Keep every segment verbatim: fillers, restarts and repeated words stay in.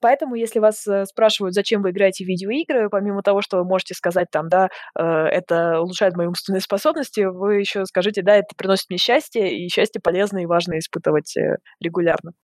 Поэтому, если вас э, спрашивают, зачем вы играете в видеоигры, помимо того, что вы можете сказать там, да, э, это улучшает мои умственные способности, вы еще скажите, да, это приносит мне счастье, и счастье полезно и важно испытывать э, регулярно.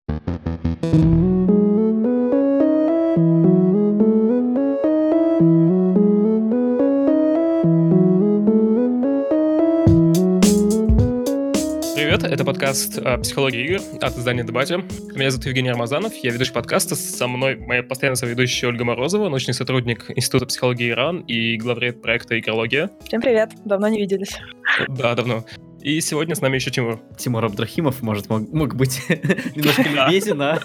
Привет, это подкаст о психологии игр от издания Дебате. Меня зовут Евгений Рамазанов, я ведущий подкаста. Со мной моя постоянная соведущая Ольга Морозова, научный сотрудник Института психологии ИРАН и главред проекта «Игрология». Всем привет, давно не виделись. Да, давно. И сегодня с нами еще Тимур. Тимур Абдрахимов, может, мог, мог быть немножко любезен, а?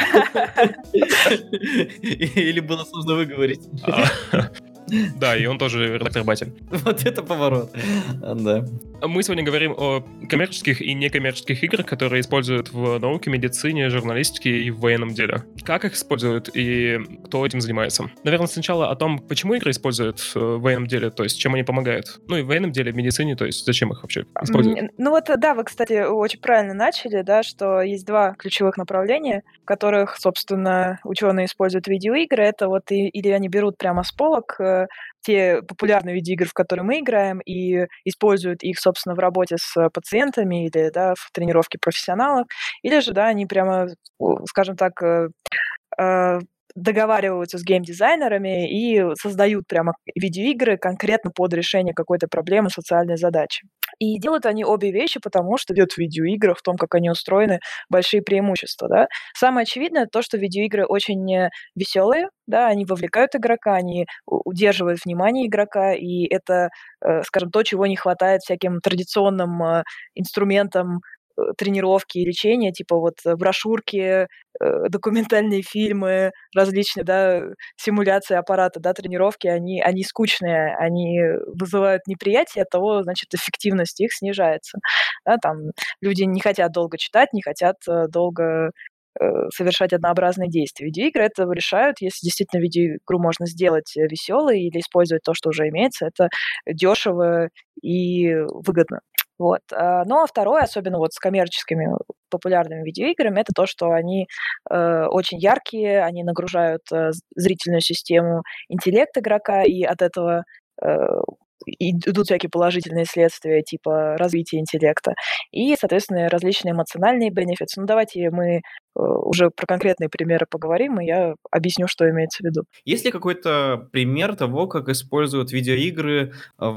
Или было сложно выговорить? Да, и он тоже редактор Бати. Вот это поворот. Да. Мы сегодня говорим о коммерческих и некоммерческих играх, которые используют в науке, медицине, журналистике и в военном деле. Как их используют и кто этим занимается? Наверное, сначала о том, почему игры используют в военном деле, то есть чем они помогают. Ну и в военном деле, в медицине, то есть зачем их вообще используют? Ну вот, да, вы, кстати, очень правильно начали, да, что есть два ключевых направления, в которых, собственно, ученые используют видеоигры. Это вот и, или они берут прямо с полок те популярные видеоигры, в которые мы играем, и используют их, собственно, в работе с пациентами или, да, в тренировке профессионалов, или же, да, они прямо, скажем так, договариваются с геймдизайнерами и создают прямо видеоигры конкретно под решение какой-то проблемы, социальной задачи. И делают они обе вещи, потому что идет в видеоиграх, в том, как они устроены, большие преимущества. Да? Самое очевидное то, что видеоигры очень веселые, да, они вовлекают игрока, они удерживают внимание игрока, и это, скажем, то, чего не хватает всяким традиционным инструментам тренировки и лечения, типа вот брошюрки, документальные фильмы, различные, да, симуляции аппарата, да, тренировки, они, они скучные, они вызывают неприятие, от того, значит, эффективность их снижается. Да, там люди не хотят долго читать, не хотят долго совершать однообразные действия. Видеоигры это решают, если действительно видеоигру можно сделать веселой или использовать то, что уже имеется, это дешево и выгодно. Вот. Ну, а второе, особенно вот с коммерческими популярными видеоиграми, это то, что они э, очень яркие, они нагружают э, зрительную систему интеллект игрока, и от этого э, идут всякие положительные следствия, типа развития интеллекта, и, соответственно, различные эмоциональные бенефиты. Ну, давайте мы э, уже про конкретные примеры поговорим, и я объясню, что имеется в виду. Есть ли какой-то пример того, как используют видеоигры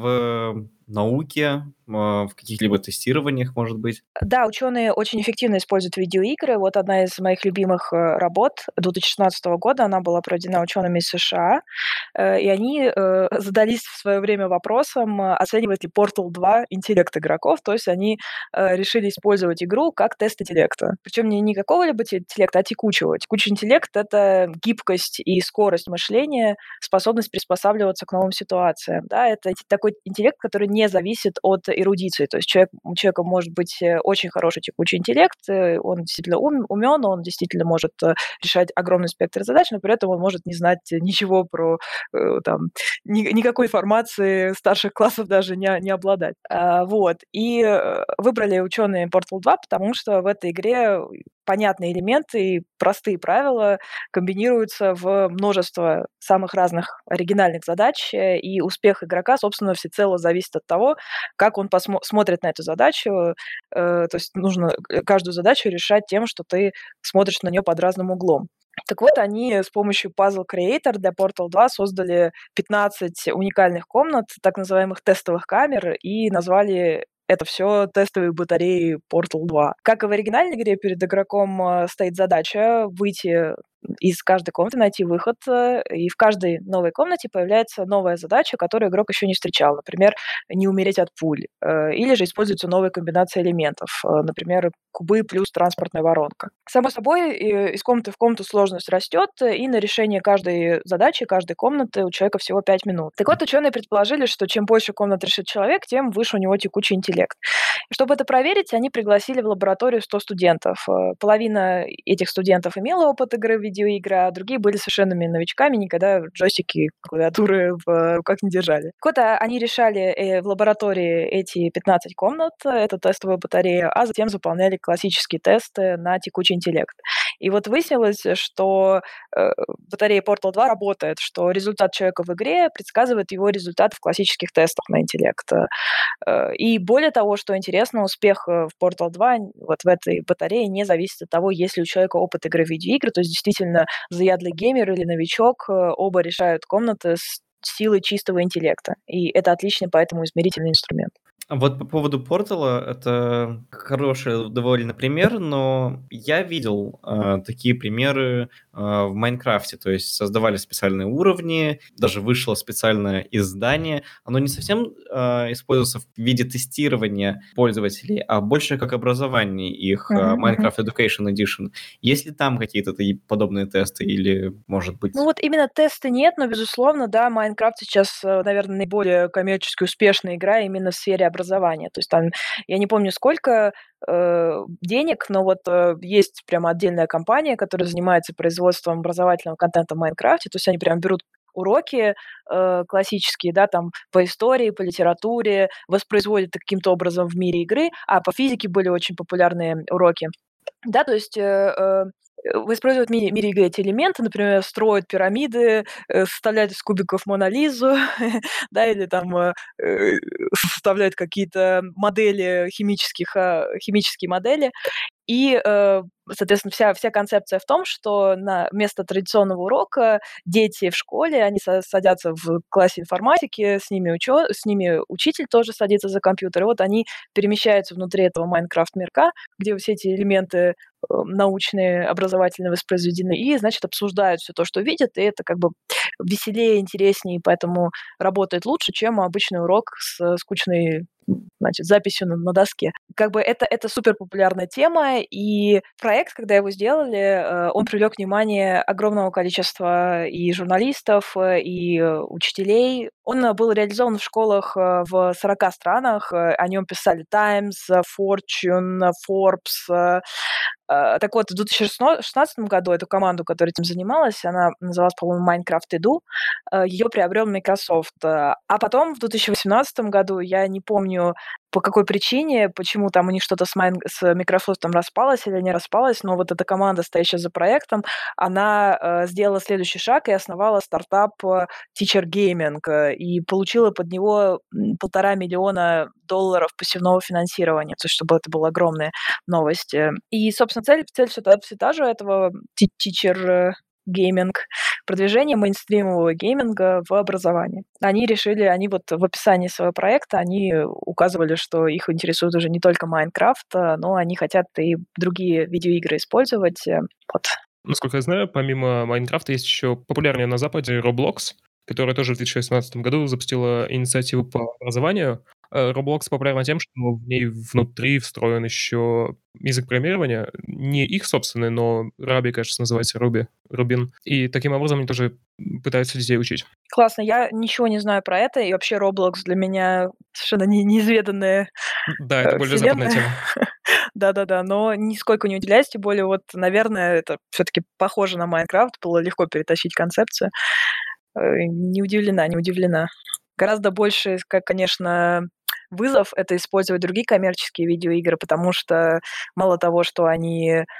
в науке, в каких-либо тестированиях, может быть? Да, ученые очень эффективно используют видеоигры. Вот одна из моих любимых работ две тысячи шестнадцатого года, она была проведена учеными из США, и они задались в свое время вопросом, оценивает ли Portal два интеллект игроков, то есть они решили использовать игру как тест интеллекта. Причем не, не какого-либо интеллекта, а текучего. Текучий интеллект — это гибкость и скорость мышления, способность приспосабливаться к новым ситуациям. Да, это такой интеллект, который не зависит от эрудиции. То есть человек, у человека может быть очень хороший текучий интеллект, он действительно ум, умен, он действительно может решать огромный спектр задач, но при этом он может не знать ничего про там, ни, никакой информации старших классов даже не, не обладать. А, вот. И выбрали ученые Portal два, потому что в этой игре понятные элементы и простые правила комбинируются в множество самых разных оригинальных задач, и успех игрока, собственно, всецело зависит от того, как он посмо- смотрит на эту задачу. Э, то есть нужно каждую задачу решать тем, что ты смотришь на нее под разным углом. Так вот, они с помощью Puzzle Creator для Portal два создали пятнадцать уникальных комнат, так называемых тестовых камер, и назвали это все тестовые батареи Portal два. Как и в оригинальной игре, перед игроком стоит задача выйти из каждой комнаты, найти выход, и в каждой новой комнате появляется новая задача, которую игрок еще не встречал. Например, не умереть от пуль. Или же используются новые комбинации элементов. Например, кубы плюс транспортная воронка. Само собой, из комнаты в комнату сложность растет, и на решение каждой задачи, каждой комнаты у человека всего пять минут. Так вот, ученые предположили, что чем больше комнат решит человек, тем выше у него текучий интеллект. И чтобы это проверить, они пригласили в лабораторию сто студентов. Половина этих студентов имела опыт игры в видеоигры, а другие были совершенными новичками, никогда джойстики, клавиатуры в руках не держали. Так вот, они решали в лаборатории эти пятнадцать комнат, это тестовая батарея, а затем заполняли классические тесты на текучий интеллект. И вот выяснилось, что э, батарея Portal два работает, что результат человека в игре предсказывает его результат в классических тестах на интеллект. Э, И более того, что интересно, успех э, в Portal два вот в этой батарее не зависит от того, есть ли у человека опыт игры в видеоигры, то есть действительно заядлый геймер или новичок, э, оба решают комнаты с силой чистого интеллекта. И это отличный поэтому измерительный инструмент. А вот по поводу портала, это хороший довольно пример, но я видел э, такие примеры э, в Майнкрафте, то есть создавали специальные уровни, даже вышло специальное издание. Оно не совсем э, используется в виде тестирования пользователей, а больше как образование их, э, Мгм, мгм. Minecraft Education Edition. Есть ли там какие-то такие подобные тесты или, может быть... Ну вот именно тесты нет, но, безусловно, да, Майнкрафт сейчас, э, наверное, наиболее коммерчески успешная игра именно в сфере образования. То есть там, я не помню сколько э, денег, но вот э, есть прямо отдельная компания, которая занимается производством образовательного контента в Майнкрафте. То есть они прям берут уроки э, классические, да, там по истории, по литературе, воспроизводят их каким-то образом в мире игры, а по физике были очень популярные уроки. Да, то есть, э, э, воспроизводят в мире мире игры эти элементы, например, строят пирамиды, э, составляют из кубиков Мона Лизу, да, или там, э, э, составляют какие-то модели химических, а, химические модели. И, э, соответственно, вся вся концепция в том, что на вместо традиционного урока дети в школе, они са садятся в классе информатики, с ними учё с ними учитель тоже садится за компьютер, и вот они перемещаются внутри этого Майнкрафт-мирка, где все эти элементы, э, научные, образовательные воспроизведены, и, значит, обсуждают все то, что видят, и это как бы веселее, интереснее, и поэтому работает лучше, чем обычный урок с скучной, м, значит, записью на на доске. Как бы это это супер популярная тема, и проект, когда его сделали, э, он привлек внимание огромного количества и журналистов, э, и э, учителей. Он э, был реализован в школах э, в сорока странах, э, о нем писали Times, э, Fortune, э, Forbes. э. Э, Так вот, в две тысячи шестнадцатом году эту команду, которая этим занималась, она называлась, по-моему, Minecraft Edu, э, ее приобрел Microsoft. Э, А потом, в две тысячи восемнадцатом году, я не помню, по какой причине, почему там у них что-то с, Майн- с Microsoft распалось или не распалось, но вот эта команда, стоящая за проектом, она э, сделала следующий шаг и основала стартап э, Teacher Gaming э, и получила под него м, полтора миллиона долларов пассивного финансирования, то есть чтобы это было огромное новость. Э. И, собственно, цель, цель все та, все та же этого ти- teacher э, гейминг, продвижение мейнстримового гейминга в образовании. Они решили, они вот в описании своего проекта, они указывали, что их интересует уже не только Майнкрафт, а, но они хотят и другие видеоигры использовать. э, Вот. Насколько я знаю, помимо Майнкрафта есть еще популярнее на Западе Roblox, которая тоже в две тысячи восемнадцатом году запустила инициативу по образованию. Э, Roblox популярна тем, что в ней внутри встроен еще язык программирования, не их собственный, но Ruby, кажется, называется Ruby, Rubin. И таким образом они тоже пытаются детей учить. Классно, я ничего не знаю про это, и вообще Roblox для меня совершенно не- неизведанная Да, это э, более западная вселенная. тема. Да-да-да, но нисколько не удивляюсь, тем более вот, наверное, это все-таки похоже на Майнкрафт, было легко перетащить концепцию. Э, Не удивлена, не удивлена. Гораздо больше, как, конечно, вызов — это использовать другие коммерческие видеоигры, потому что мало того, что они... э,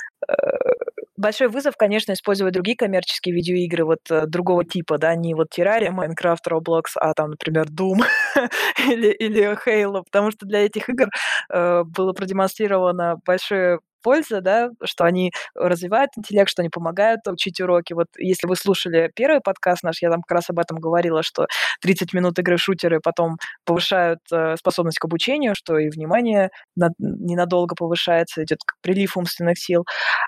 Большой вызов, конечно, использовать другие коммерческие видеоигры вот э, другого типа, да, не вот Terraria, Minecraft, Roblox, а там, например, Doom или, или Halo, потому что для этих игр э, было продемонстрировано большое польза, да, что они развивают интеллект, что они помогают учить уроки. Вот если вы слушали первый подкаст наш, я там как раз об этом говорила, что тридцать минут игры в шутеры потом повышают э, способность к обучению, что и внимание над- ненадолго повышается, идет как прилив умственных сил.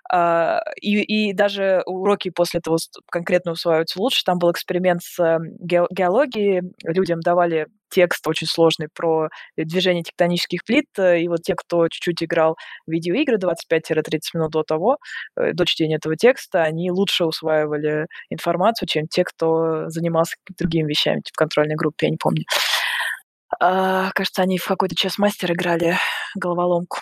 А, и, и даже уроки после этого с- конкретно усваиваются лучше. Там был эксперимент с э, ге- геологией. Людям давали текст очень сложный про движение тектонических плит, э, и вот те, кто чуть-чуть играл в видеоигры двадцать пять тридцать минут до того, э, до чтения этого текста, они лучше усваивали информацию, чем те, кто занимался какими-то другими вещами, типа в контрольной группе, я не помню. А, кажется, они в какой-то чес-мастер играли головоломку.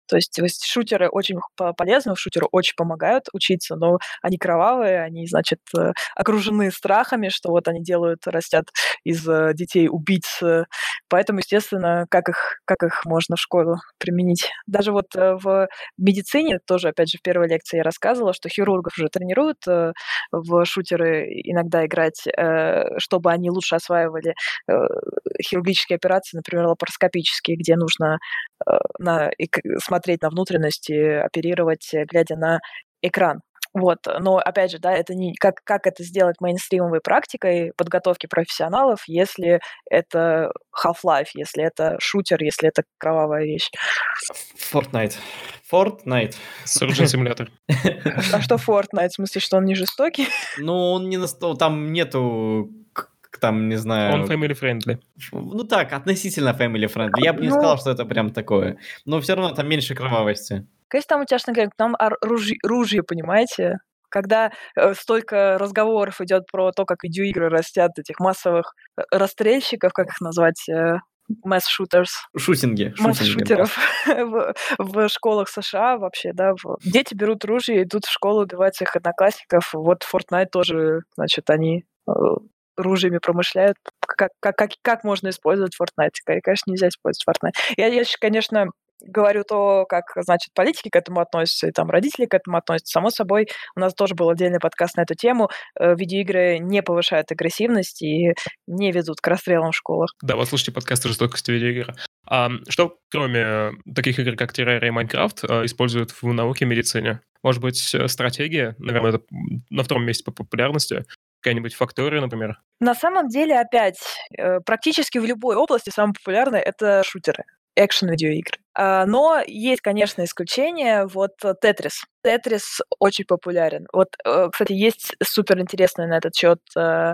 То есть, то есть шутеры очень по- полезны, шутеры очень помогают учиться, но они кровавые, они, значит, э, окружены страхами, что вот они делают, растят из э, детей убийц. э, Поэтому, естественно, как их, как их можно в школу применить? Даже вот э, в медицине, тоже, опять же, в первой лекции я рассказывала, что хирургов уже тренируют э, в шутеры иногда играть, э, чтобы они лучше осваивали э, хирургические операции, например, лапароскопические, где нужно э, на, эк- смотреть на внутренности, оперировать, э, глядя на экран. Вот, но опять же, да, это не как, как это сделать мейнстримовой практикой подготовки профессионалов, если это Half-Life, если это шутер, если это кровавая вещь. Fortnite. Fortnite. Surgeon Simulator. А ш- а что Fortnite? В смысле, что он не жестокий? Ну, он не настолько... Там нету... к- к- Там, не Он знаю... family friendly. Ну так, относительно family friendly. Я бы не Ну, сказал, что это прям такое. Но все равно там меньше кровавости. конечно, там утяжно говорят, там ор- ружье, ружье, понимаете? Когда э, столько разговоров идет про то, как видеоигры растят этих массовых э, расстрельщиков, как их назвать, э, mass shooters, Шутинги. Шутинги, да. масс-шутеров в, в школах США вообще, да. в- Дети берут ружья, идут в школу убивать своих одноклассников. Вот Fortnite тоже, значит, они э, ружьями промышляют. Как, как, как, как можно использовать Fortnite? Ка- Конечно, нельзя использовать Fortnite. Я, я щ- конечно, говорю то, как, значит, политики к этому относятся, и там родители к этому относятся. Само собой, у нас тоже был отдельный подкаст на эту тему. Э, Видеоигры не повышают агрессивность и не ведут к расстрелам в школах. Да, вот слушайте подкасты жестокости видеоигр. А что, кроме таких игр, как Terraria и Minecraft, э, используют в науке и медицине? Может быть, э, стратегия? Наверное, это м, на втором месте по популярности. Какая-нибудь фактория, например. На самом деле, опять, э, практически в любой области самое популярное — это шутеры, экшен-видеоигры. А, Но есть, конечно, исключения. Вот э, Тетрис. Тетрис очень популярен. Вот, э, кстати, есть суперинтересные на этот счет э, э,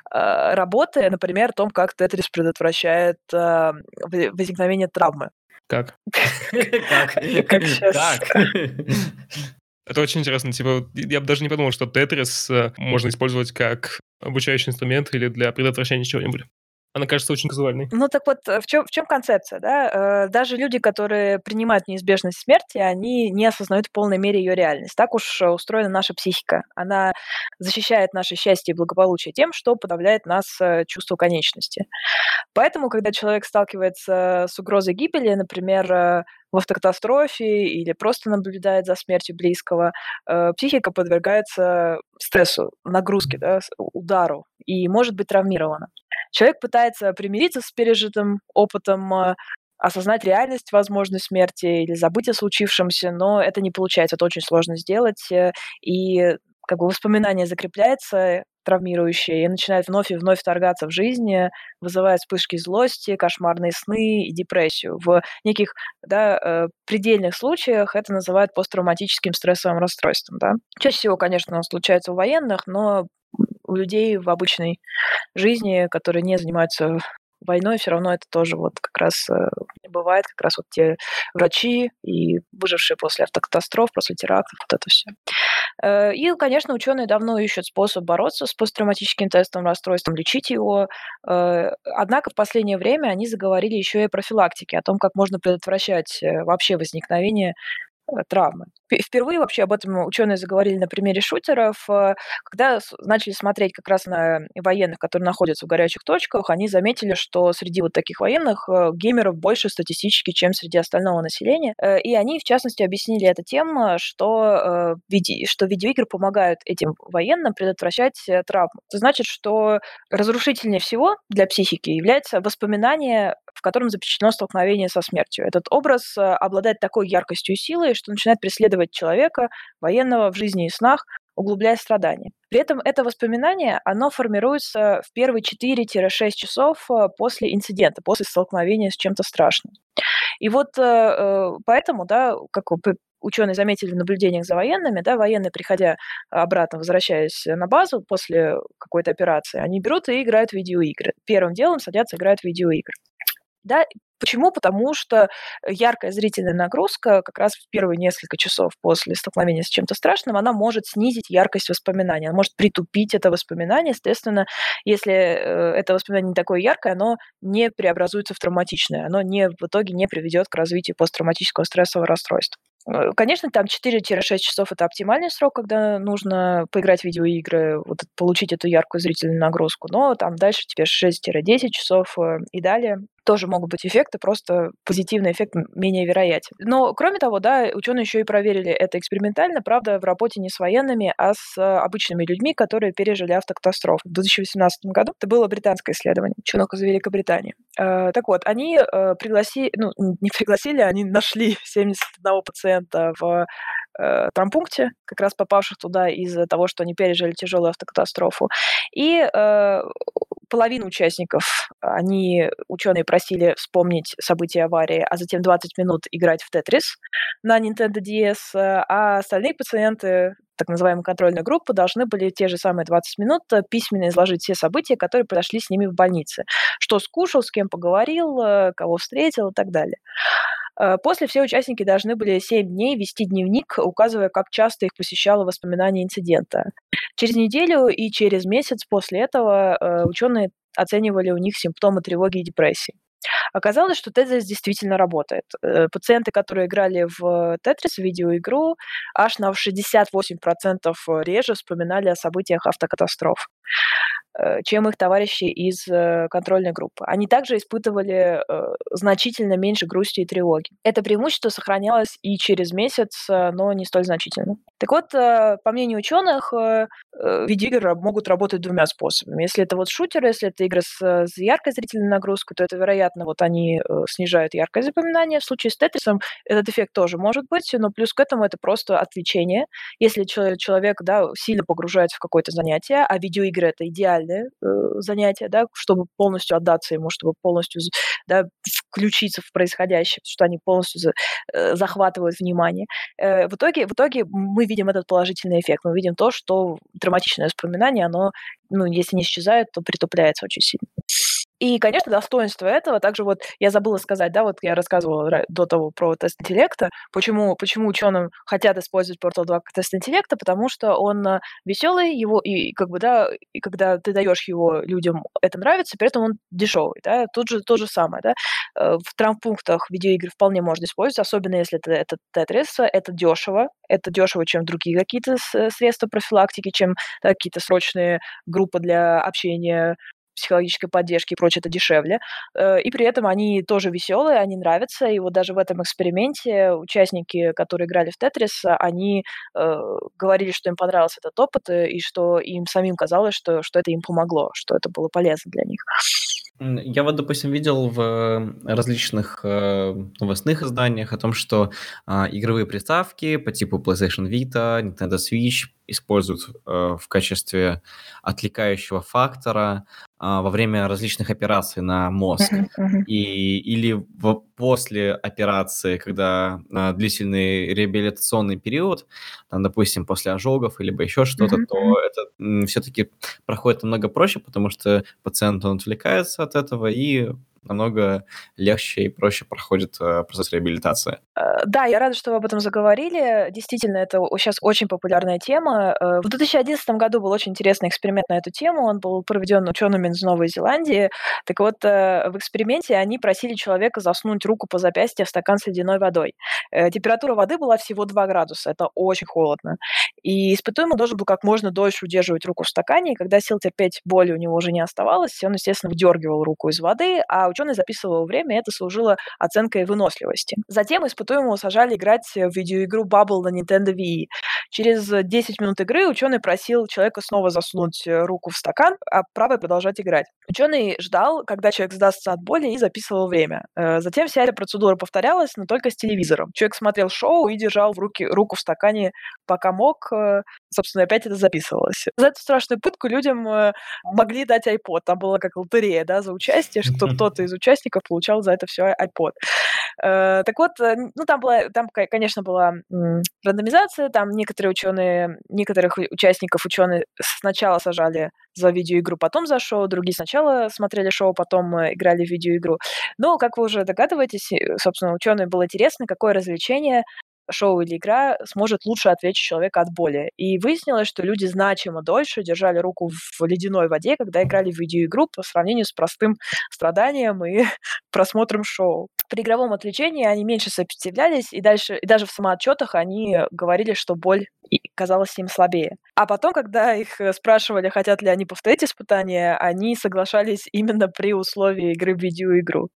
работы, например, о том, как Тетрис предотвращает э, в- возникновение травмы. Как? Как? Как сейчас. Как? Это очень интересно. Типа, я бы даже не подумал, что Тетрис э, можно использовать как обучающий инструмент или для предотвращения чего-нибудь. Она кажется очень казуальной. Ну так вот, э, в чем, в чем концепция, да? Э, Даже люди, которые принимают неизбежность смерти, они не осознают в полной мере ее реальность. Так уж э, устроена наша психика. Она защищает наше счастье и благополучие тем, что подавляет нас э, чувство конечности. Поэтому, когда человек сталкивается с угрозой гибели, например, э, в автокатастрофе или просто наблюдает за смертью близкого, э, психика подвергается стрессу, нагрузке, да, с- удару и может быть травмирована. Человек пытается примириться с пережитым опытом, э, осознать реальность возможной смерти или забыть о случившемся, но это не получается, это очень сложно сделать, э, и как бы воспоминание закрепляется травмирующее и начинает вновь и вновь вторгаться в жизнь, э, вызывает вспышки злости, кошмарные сны и депрессию. В неких, да, э, предельных случаях это называют посттравматическим стрессовым расстройством, да. Чаще всего, конечно, он случается у военных, но у людей в обычной жизни, которые не занимаются войной, все равно это тоже вот как раз э, бывает, как раз вот те врачи и выжившие после автокатастроф, после терактов, вот это все. И, конечно, ученые давно ищут способ бороться с посттравматическим стрессовым расстройством, лечить его. Э, Однако в последнее время они заговорили еще и о профилактике, о том, как можно предотвращать э, вообще возникновение э, травмы. Впе- Впервые вообще об этом ученые заговорили на примере шутеров, э, когда с- начали смотреть как раз на военных, которые находятся в горячих точках, они заметили, что среди вот таких военных э, геймеров больше статистически, чем среди остального населения. Э, И они, в частности, объяснили это тем, э, что, э, виде- что видеоигры помогают этим военным предотвращать э, травму. Это значит, что разрушительнее всего для психики является воспоминание, в котором запечатлено столкновение со смертью. Этот образ э, обладает такой яркостью и силой, что начинает преследовать человека, военного, в жизни и снах, углубляя страдания. При этом это воспоминание, оно формируется в первые четыре-шесть часов э, после инцидента, после столкновения с чем-то страшным. И вот э, э, поэтому, да, как ученые заметили в наблюдениях за военными, да, военные, приходя обратно, возвращаясь на базу после какой-то операции, они берут и играют в видеоигры. Первым делом садятся, играют в видеоигры. Да, Почему? Потому что яркая зрительная нагрузка как раз в первые несколько часов после столкновения с чем-то страшным, она может снизить яркость воспоминания, она может притупить это воспоминание. Естественно, если э, это воспоминание не такое яркое, оно не преобразуется в травматичное, оно не, в итоге не приведет к развитию посттравматического стрессового расстройства. Э, Конечно, там четыре-шесть часов – это оптимальный срок, когда нужно поиграть в видеоигры, вот, получить эту яркую зрительную нагрузку, но там дальше тебе шесть-десять часов э, и далее тоже могут быть эффекты, просто позитивный эффект менее вероятен. Но, кроме того, да, ученые еще и проверили это экспериментально, правда, в работе не с военными, а с обычными людьми, которые пережили автокатастрофу. В две тысячи восемнадцатом году это было британское исследование ученых из Великобритании. Э, Так вот, они э, пригласили, ну, не пригласили, они нашли семьдесят одного пациента в э, травмпункте, как раз попавших туда из-за того, что они пережили тяжелую автокатастрофу. И э, половину участников они, ученые, просили вспомнить события аварии, а затем двадцать минут играть в Тетрис на Nintendo ди эс, а остальные пациенты, так называемая контрольная группа, должны были те же самые двадцать минут письменно изложить все события, которые произошли с ними в больнице. Что скушал, с кем поговорил, кого встретил и так далее. После все участники должны были семь дней вести дневник, указывая, как часто их посещало воспоминание инцидента. Через неделю и через месяц после этого ученые оценивали у них симптомы тревоги и депрессии. Оказалось, что Тетрис действительно работает. Пациенты, которые играли в Тетрис, в видеоигру, аж на шестьдесят восемь процентов реже вспоминали о событиях автокатастроф, чем их товарищи из контрольной группы. Они также испытывали значительно меньше грусти и тревоги. Это преимущество сохранялось и через месяц, но не столь значительно. Так вот, по мнению ученых, видеоигры могут работать двумя способами. Если это вот шутеры, если это игры с, с яркой зрительной нагрузкой, то это, вероятно, вот они снижают яркое запоминание. В случае с Тетрисом этот эффект тоже может быть, но плюс к этому это просто отвлечение. Если человек, да, сильно погружается в какое-то занятие, а видеоигры — это идеальное э, занятие, да, чтобы полностью отдаться ему, чтобы полностью, да, включиться в происходящее, потому что они полностью за, э, захватывают внимание. Э, в итоге, в итоге мы видим этот положительный эффект. Мы видим то, что травматичное воспоминание, оно, ну, если не исчезает, то притупляется очень сильно. И, конечно, достоинство этого, также вот я забыла сказать, да, вот я рассказывала до того про тест интеллекта, почему, почему ученым хотят использовать Portal два как тест интеллекта, потому что он веселый, его, и как бы, да, и когда ты даешь его людям, это нравится, при этом он дешевый, да, тут же то же самое, да, в травмпунктах видеоигры вполне можно использовать, особенно если это, это Тетрис, это дешево, это дешево, чем другие какие-то средства профилактики, чем, да, какие-то срочные группы для общения, психологической поддержки и прочее, это дешевле. И при этом они тоже веселые, они нравятся. И вот даже в этом эксперименте участники, которые играли в Тетрис, они э, говорили, что им понравился этот опыт, и что им самим казалось, что, что это им помогло, что это было полезно для них. Я вот, допустим, видел в различных э, новостных изданиях о том, что э, игровые приставки по типу PlayStation Vita, Nintendo Switch используют э, в качестве отвлекающего фактора э, во время различных операций на мозг. Uh-huh, uh-huh. И, или в, после операции, когда э, длительный реабилитационный период, там, допустим, после ожогов или еще что-то, uh-huh. то это м, все-таки проходит намного проще, потому что пациент, он отвлекается от этого и намного легче и проще проходит э, процесс реабилитации. Да, я рада, что вы об этом заговорили. Действительно, это сейчас очень популярная тема. В две тысячи одиннадцатом году был очень интересный эксперимент на эту тему. Он был проведен учеными из Новой Зеландии. Так вот, в эксперименте они просили человека засунуть руку по запястье в стакан с ледяной водой. Температура воды была всего два градуса. Это очень холодно. И испытуемый должен был как можно дольше удерживать руку в стакане. И когда сил терпеть боли у него уже не оставалось, он, естественно, выдергивал руку из воды, а ученый записывал время, и это служило оценкой выносливости. Затем испытуемого сажали играть в видеоигру Bubble на Nintendo Wii. Через десять минут игры ученый просил человека снова засунуть руку в стакан, а правой продолжать играть. Ученый ждал, когда человек сдастся от боли, и записывал время. Затем вся эта процедура повторялась, но только с телевизором. Человек смотрел шоу и держал в руки, руку в стакане, пока мог. Собственно, опять это записывалось. За эту страшную пытку людям могли дать iPod. Там была как лотерея, да, за участие, что кто-то из участников получал за это все iPod. Э, так вот, э, ну, там была, там, ко- конечно, была м, рандомизация, там некоторые ученые, некоторых у- участников ученые сначала сажали за видеоигру, потом за шоу, другие сначала смотрели шоу, потом э, играли в видеоигру. Но, как вы уже догадываетесь, э, собственно, ученым было интересно, какое развлечение шоу или игра сможет лучше отвлечь человека от боли. И выяснилось, что люди значимо дольше держали руку в ледяной воде, когда играли в видеоигру по сравнению с простым страданием и просмотром шоу. При игровом отвлечении они меньше сопротивлялись, и дальше, и даже в самоотчетах они говорили, что боль и казалась им слабее. А потом, когда их э, спрашивали, хотят ли они повторить испытание, они соглашались именно при условии игры в видеоигру.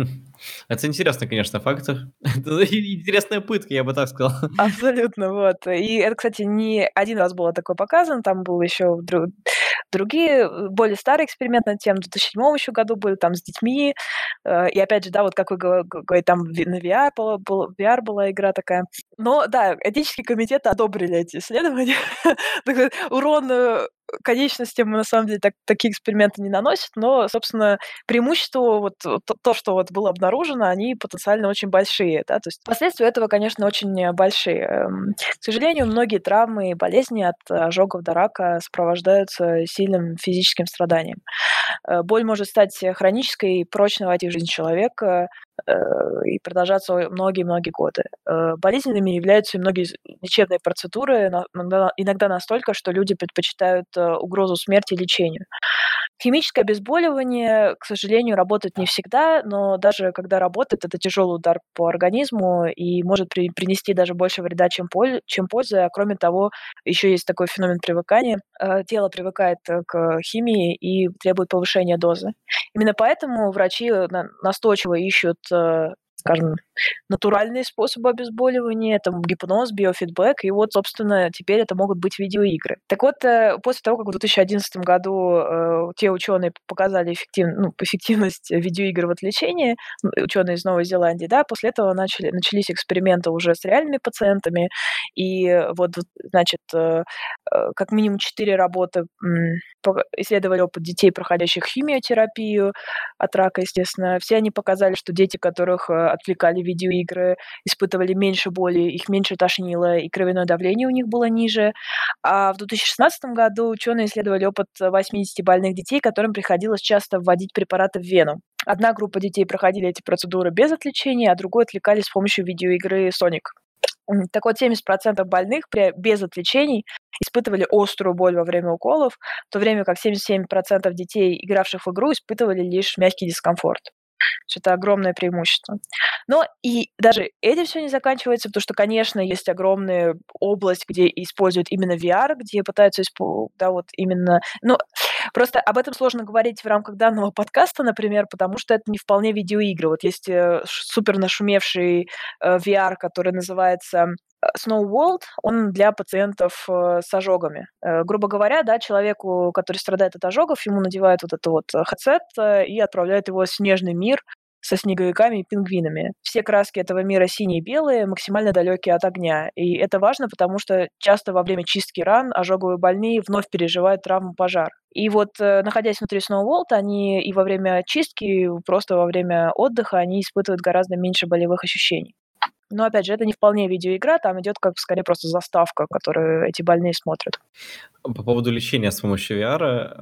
Это интересно, конечно, факт. Это интересная пытка, я бы так сказал. Абсолютно, вот. И это, кстати, не один раз было такое показано, там был еще дру- другие, э, более старые эксперименты над тем, в две тысячи седьмом еще году были, там с детьми, э, и опять же, да, вот как вы го- го- говорите, там ви- на V R, была, был- V R была игра такая. Но, да, этические комитеты одобрили эти исследования. Так сказать, урон э, конечностям, на самом деле, так- такие эксперименты не наносят, но, собственно, преимущество, вот э, то, то, что вот было обнаружено, они потенциально очень большие, да, то есть последствия этого, конечно, очень э, большие. Эм, К сожалению, многие травмы и болезни от э, ожогов до рака сопровождаются сильным физическим страданием. Э, Боль может стать э, хронической и прочно войти в жизнь человека э, и продолжаться о- многие-многие годы. Э, Болезненными являются и многие з- лечебные процедуры, на- иногда иногда настолько, что люди предпочитают э, угрозу смерти лечению. Химическое обезболивание, к сожалению, работает не всегда, но даже когда работает, это тяжелый удар по организму и может при- принести даже больше вреда, чем, поль- чем пользы. А кроме того, еще есть такой феномен привыкания. Э, Тело привыкает э, к химии и требует повышения дозы. Именно поэтому врачи э, на- настойчиво ищут, э, скажем, натуральные способы обезболивания, это гипноз, биофидбэк, и вот, собственно, теперь это могут быть видеоигры. Так вот, э, после того, как в две тысячи одиннадцатом году э, те ученые показали эффектив- ну, эффективность видеоигр в отличении, ученые из Новой Зеландии, да, после этого начали, начались эксперименты уже с реальными пациентами, и вот, значит, э, э, как минимум четыре работы м, по- исследовали опыт детей, проходящих химиотерапию от рака, естественно. Все они показали, что дети, которых э, отвлекали видеоигры, испытывали меньше боли, их меньше тошнило, и кровяное давление у них было ниже. А в две тысячи шестнадцатом году ученые исследовали опыт восьмидесяти больных детей, которым приходилось часто вводить препараты в вену. Одна группа детей проходили эти процедуры без отвлечения, а другой отвлекались с помощью видеоигры Sonic. М, Так вот, семьдесят процентов больных при, без отвлечений испытывали острую боль во время уколов, в то время как семьдесят семь процентов детей, игравших в игру, испытывали лишь мягкий дискомфорт. Что это огромное преимущество. Но и даже этим все не заканчивается, потому что, конечно, есть огромная область, где используют именно V R, где пытаются испо да, вот именно ну, просто об этом сложно говорить в рамках данного подкаста, например, потому что это не вполне видеоигры. Вот есть, э, ш супер нашумевший, э, V R, который называется, э, Snow World. Он для пациентов, э, с ожогами. Э, грубо говоря, да, человеку, который страдает от ожогов, ему надевают вот это вот, э, headset, э, и отправляют его в снежный мир со снеговиками и пингвинами. Все краски этого мира синие и белые, максимально далекие от огня. И это важно, потому что часто во время чистки ран ожоговые больные вновь переживают травму пожара. И вот, э, находясь внутри Snow World, они и во время чистки, и просто во время отдыха они испытывают гораздо меньше болевых ощущений. Но опять же, это не вполне видеоигра, там идет как скорее просто заставка, которую эти больные смотрят. По поводу лечения с помощью V R,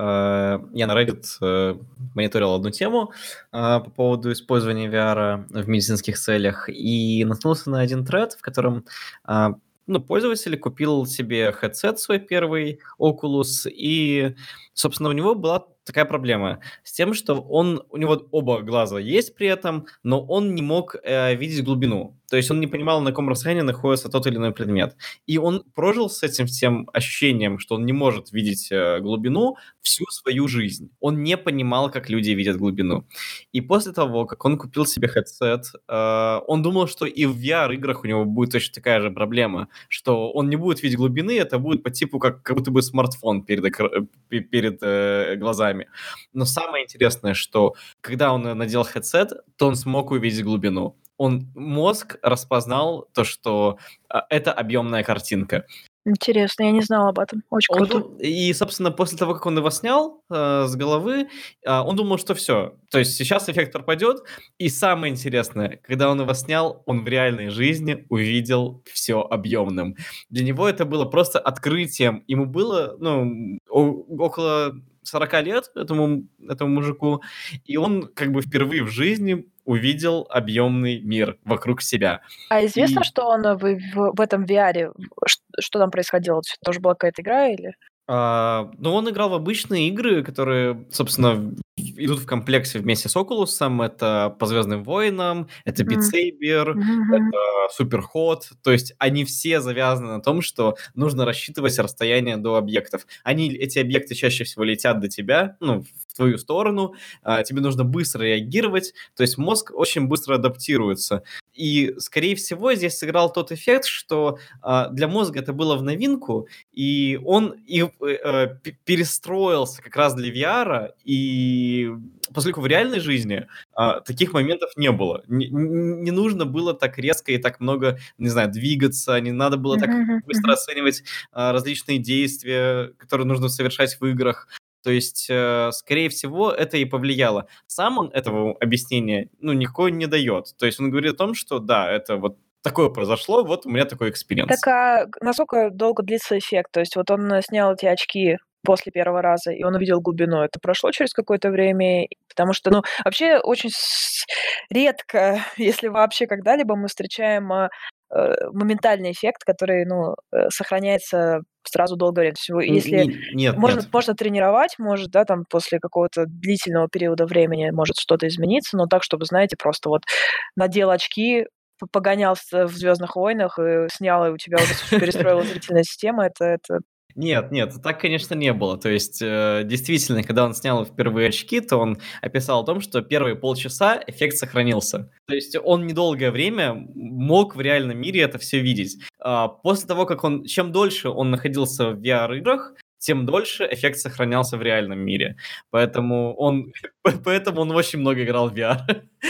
э, я на Reddit э, мониторил одну тему э, по поводу использования V R в медицинских целях и наткнулся на один тред, в котором э, ну, пользователь купил себе headset свой первый, Oculus, и, собственно, у него была такая проблема с тем, что он, у него оба глаза есть при этом, но он не мог э, видеть глубину. То есть он не понимал, на каком расстоянии находится тот или иной предмет. И он прожил с этим всем ощущением, что он не может видеть э, глубину всю свою жизнь. Он не понимал, как люди видят глубину. И после того, как он купил себе headset, э, он думал, что и в V R-играх у него будет точно такая же проблема, что он не будет видеть глубины, это будет по типу как, как будто бы смартфон перед, экра- пе- перед э, глазами. Но самое интересное, что когда он надел headset, то он смог увидеть глубину. Он, мозг распознал то, что а, это объемная картинка. Интересно, я не знала об этом. Очень Он круто. ду и, собственно, после того, как он его снял, э, с головы, а, он думал, что всё. То есть сейчас эффект пропадет. И самое интересное, когда он его снял, он в реальной жизни увидел всё объемным. Для него это было просто открытием. Ему было, ну, о около сорока лет, этому этому мужику, и он как бы впервые в жизни увидел объемный мир вокруг себя. А известно, И что он в в в этом ви аре, в ш что там происходило? То есть это тоже была какая-то игра или? А, ну, он играл в обычные игры, которые, собственно, в идут в комплекте вместе с Окулусом. Это по "Звездным войнам", это Beat М. Saber, Мгм, мгм. это Superhot. То есть они все завязаны на том, что нужно рассчитывать расстояние до объектов. Они эти объекты чаще всего летят до тебя, ну, в твою сторону, а, тебе нужно быстро реагировать. То есть мозг очень быстро адаптируется. И, скорее всего, здесь сыграл тот эффект, что, а, для мозга это было в новинку, и он и в э, пе перестроился как раз для ви ара, и поскольку в реальной жизни, а, таких моментов не было. Не н не нужно было так резко и так много, не знаю, двигаться, не надо было Мгм, так мгм, быстро мгм. оценивать, а, различные действия, которые нужно совершать в играх. То есть, э, скорее всего, это и повлияло. Сам он этого объяснения, ну, никакого не дает. То есть он говорит о том, что да, это вот такое произошло, вот у меня такой Так, экспириенс. а к насколько долго длится эффект? То есть вот он, э, снял эти очки после первого раза, и он увидел глубину. Это прошло через какое-то время? Потому что, ну, вообще очень с редко, если вообще когда-либо, мы встречаем, а, э, моментальный эффект, который, ну, э, сохраняется сразу долгое время. То есть его Н если не нет, можно нет. можно тренировать, может, да, там после какого-то длительного периода времени может что-то измениться, но так, чтобы, знаете, просто вот надел очки, п погонялся в "Звездных войнах", и снял, и у тебя уже с перестроилась зрительная система. Это это Нет, нет, так, конечно, не было. То есть, э, действительно, когда он снял впервые очки, то он описал о том, что первые полчаса эффект сохранился. То есть он недолгое время м мог в реальном мире это всё видеть. А после того, как он чем дольше он находился в ви ар-играх, тем дольше эффект сохранялся в реальном мире. Поэтому он по поэтому он очень много играл в ви ар.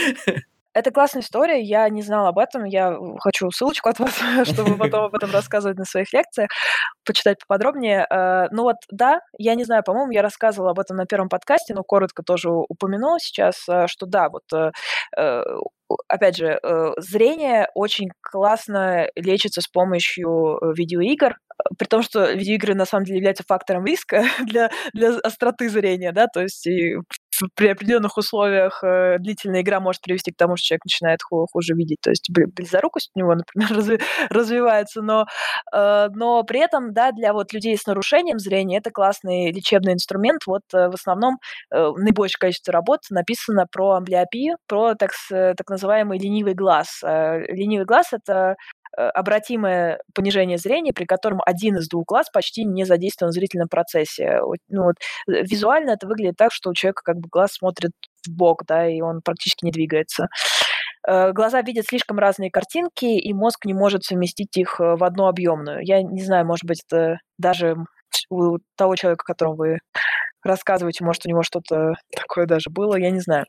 Это классная история. Я не знала об этом. Я, э, хочу ссылочку от вас, чтобы потом об этом рассказывать на своих лекциях, почитать поподробнее. Э, ну вот да, я не знаю, по-моему, я рассказывала об этом на первом подкасте, но коротко тоже у упомянула сейчас, э, что да, вот, э, э, у опять же, э, зрение очень классно лечится с помощью, э, видеоигр, э, при том, что видеоигры на самом деле являются фактором риска для для остроты зрения, да. То есть и в при определенных условиях, э, длительная игра может привести к тому, что человек начинает ху хуже видеть. То есть бли близорукость у него, например, разви развивается, но, э, но при этом, да, для вот людей с нарушением зрения это классный лечебный инструмент. Вот, э, в основном, э, наибольшее количество работ написано про амблиопию, про так с так называемый ленивый глаз. Э, ленивый глаз- это, э, обратимое понижение зрения, при котором один из двух глаз почти не задействован в зрительном процессе. Вот, ну вот, э, визуально это выглядит так, что у человека как бы глаз смотрит вбок, да, и он практически не двигается. Э, глаза видят слишком разные картинки, и мозг не может совместить их, э, в одну объемную. Я не знаю, может быть, это даже у того человека, о котором вы рассказываете, может, у него что-то такое даже было, я не знаю.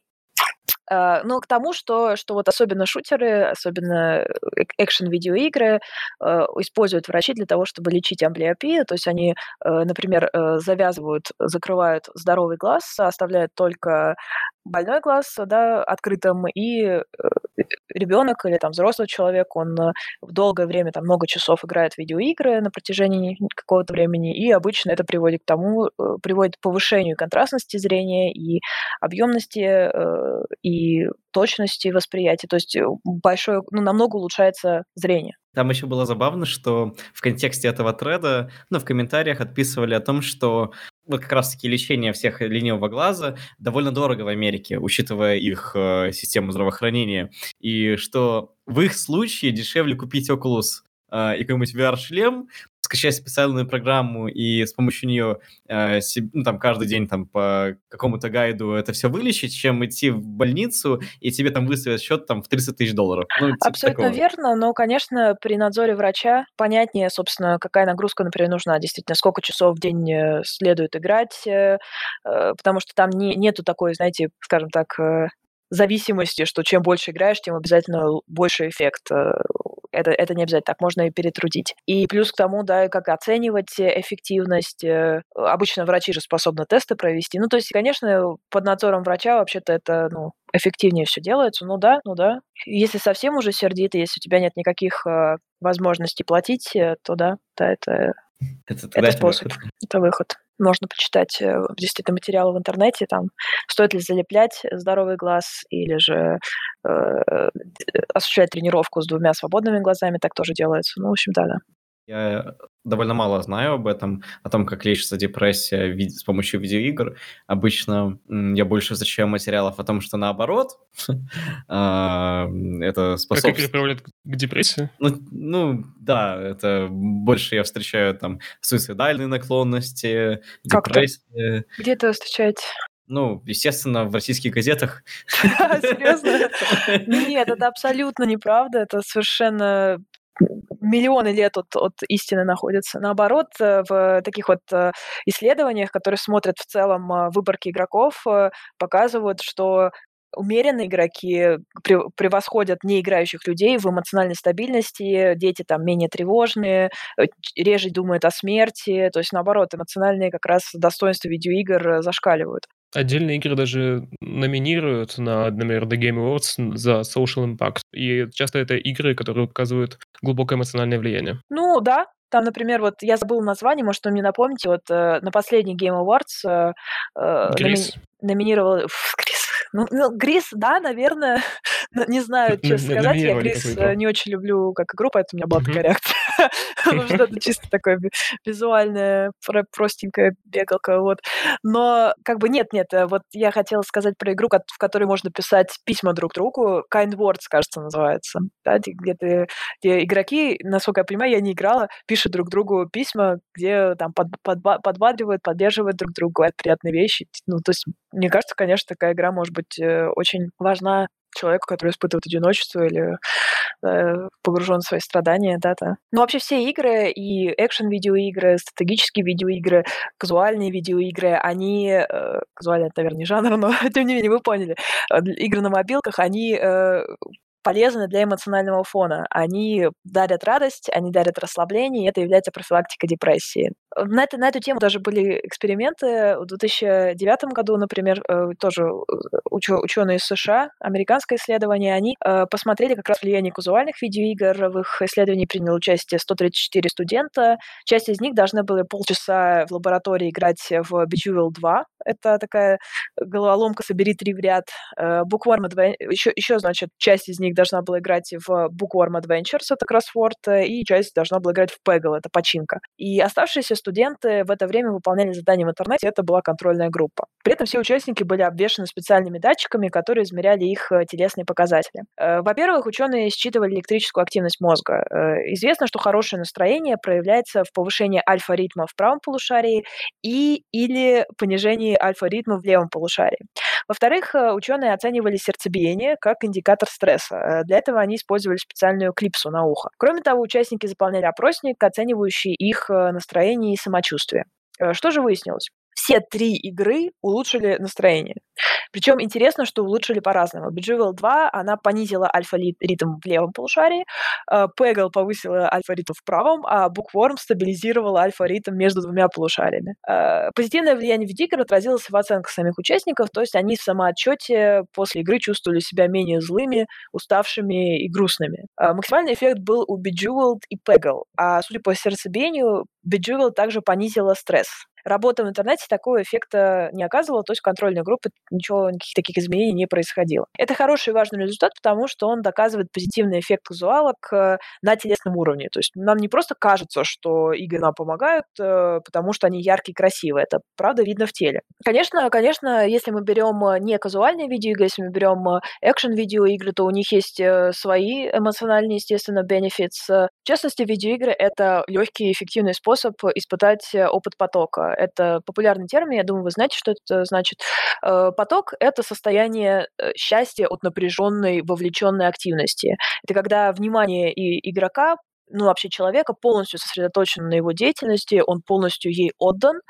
Э, но к тому, что что вот особенно шутеры, особенно эк экшн-видеоигры, э, используют врачи для того, чтобы лечить амблиопию. То есть они, э, например, э, завязывают, закрывают здоровый глаз, оставляют только больной глаз, да, открытым, и, э, ребенок или там взрослый человек, он в долгое время, там много часов играет в видеоигры на протяжении какого-то времени, и обычно это приводит к тому, э, приводит к повышению контрастности зрения и объемности, э, и точности восприятия. То есть, э, большое, ну, намного улучшается зрение. Там еще было забавно, что в контексте этого треда, ну, в комментариях отписывали о том, что вот как раз таки лечение всех ленивого глаза довольно дорого в Америке, учитывая их, э, систему здравоохранения. И что в их случае дешевле купить Oculus, а, и какой-нибудь ви ар-шлем, скачать специальную программу и с помощью нее, а, себ ну, там каждый день там по какому-то гайду это всё вылечить, чем идти в больницу, и тебе там выставят счет там в тридцать тысяч долларов. Ну, типа Абсолютно такого. верно, но, конечно, при надзоре врача понятнее, собственно, какая нагрузка, например, нужна. Действительно, сколько часов в день, э, следует играть, э, э, потому что там не нету такой, знаете, скажем так, э зависимости, что чем больше играешь, тем обязательно больше эффект. Э, Это, это не обязательно так, можно и перетрудить. И плюс к тому, да, как оценивать э, эффективность. э, Обычно врачи же способны тесты провести. Ну, то есть, конечно, под надзором врача вообще-то это, ну, эффективнее все делается. Ну да, ну да. Если совсем уже сердито, если у тебя нет никаких э, возможностей платить, э, то да, да, это, Это это тогда это способ, выход. это выход. Можно почитать э, действительно материалы в интернете, там, стоит ли залеплять здоровый глаз или же э, осуществлять тренировку с двумя свободными глазами, так тоже делается. Ну, в общем, да-да. Я довольно мало знаю об этом, о том, как лечится депрессия ви- с помощью видеоигр. Обычно м, я больше встречаю материалов о том, что наоборот, а, это Как игры способствует... приводят к депрессии? Ну, ну, да, это больше я встречаю там суицидальные наклонности, Как-то. депрессии. Где это встречаете? Ну, естественно, в российских газетах. Серьезно? Нет, это абсолютно неправда. Это совершенно миллионы лет от, от истины находятся. Наоборот, э, в таких вот э, исследованиях, которые смотрят в целом э, выборки игроков, э, показывают, что умеренные игроки пре- превосходят неиграющих людей в эмоциональной стабильности, дети там менее тревожные, э, ч- реже думают о смерти, то есть наоборот, эмоциональные как раз достоинства видеоигр э, зашкаливают. Отдельные игры даже номинируют на, например, The Game Awards за Social Impact. И часто это игры, которые оказывают глубокое эмоциональное влияние. Ну да, там, например, вот я забыла название, может, вы мне напомните, вот э, на последний Game Awards э, э, номи- Грис? номинировал Фу, Грис. Ну, ну, Грис, да, наверное, но не знаю, Н- честно н- сказать, я Номинировали такую Грис э, игру. не очень люблю как игру, поэтому у меня была такая Мгм. реакция, потому что это чисто такое ви- визуальная, про- простенькая бегалка, вот. Но как бы нет-нет, э, вот я хотела сказать про игру, кот- в которой можно писать письма друг другу, Kind Words, кажется, называется, да, где где ты где игроки, насколько я понимаю, я не играла, пишут друг другу письма, где там под, подба- подбадривают, поддерживают друг друга, говорят приятные вещи. Ну, то есть, мне кажется, конечно, такая игра может быть э, очень важна человеку, который испытывает одиночество или э, погружен в свои страдания, да-да. Ну, вообще все игры, и экшен-видеоигры, стратегические видеоигры, казуальные видеоигры, они... э, казуальный, это, наверное, не жанр, но тем не менее, вы поняли. Э, для- Игры на мобилках, они э, полезны для эмоционального фона. Они дарят радость, они дарят расслабление, и это является профилактикой депрессии. Э, На, это, на эту тему даже были эксперименты. В две тысячи девятом году, например, э, тоже ученые из США, американское исследование, они э, посмотрели как раз влияние казуальных видеоигр. В их исследовании приняло участие сто тридцать четыре студента. Часть из них должны были полчаса в лаборатории играть в Bejeweled два. Это такая головоломка «Собери три в ряд». Э, Bookworm Adven- еще, еще, значит, часть из них должна была играть в Bookworm Adventures, это кроссворд, э, и часть должна была играть в Peggle, это починка. И оставшиеся студенты в это время выполняли задания в интернете, это была контрольная группа. При этом все участники были обвешаны специальными датчиками, которые измеряли их э, телесные показатели. Э, Во-первых, ученые считывали электрическую активность мозга. Э, Известно, что хорошее настроение проявляется в повышении альфа-ритма в правом полушарии и или понижении альфа-ритма в левом полушарии. Во-вторых, э, ученые оценивали сердцебиение как индикатор стресса. Э, Для этого они использовали специальную клипсу на ухо. Кроме того, участники заполняли опросник, оценивающий их э, настроение и самочувствие. Э, Что же выяснилось? Все три игры улучшили настроение. Причем интересно, что улучшили по-разному. Bejeweled два, она понизила альфа-ритм в левом полушарии, э, Peggle повысила альфа-ритм в правом, а Bookworm стабилизировала альфа-ритм между двумя полушариями. Э, Позитивное влияние видеоигр отразилось в оценках самих участников, то есть они в самоотчете после игры чувствовали себя менее злыми, уставшими и грустными. Э, Максимальный эффект был у Bejeweled и Peggle, а судя по сердцебиению, Bejeweled также понизила стресс. Работа в интернете такого эффекта не оказывала, то есть в контрольной группе ничего, никаких таких изменений не происходило. Это хороший и важный результат, потому что он доказывает позитивный эффект казуалок э, на телесном уровне. То есть нам не просто кажется, что игры нам помогают, э, потому что они яркие и красивые. Это правда видно в теле. Конечно, конечно, если мы берем э, не казуальные видеоигры, если мы берем э, экшен-видеоигры, то у них есть э, свои эмоциональные, естественно, benefits. Э, В частности, видеоигры — это легкий и эффективный способ испытать э, опыт потока. Это популярный термин, я думаю, вы знаете, что это значит. Э, Поток — это состояние э, счастья от напряженной, вовлеченной активности. Это когда внимание и игрока, ну, вообще человека полностью сосредоточено на его деятельности, он полностью ей отдан,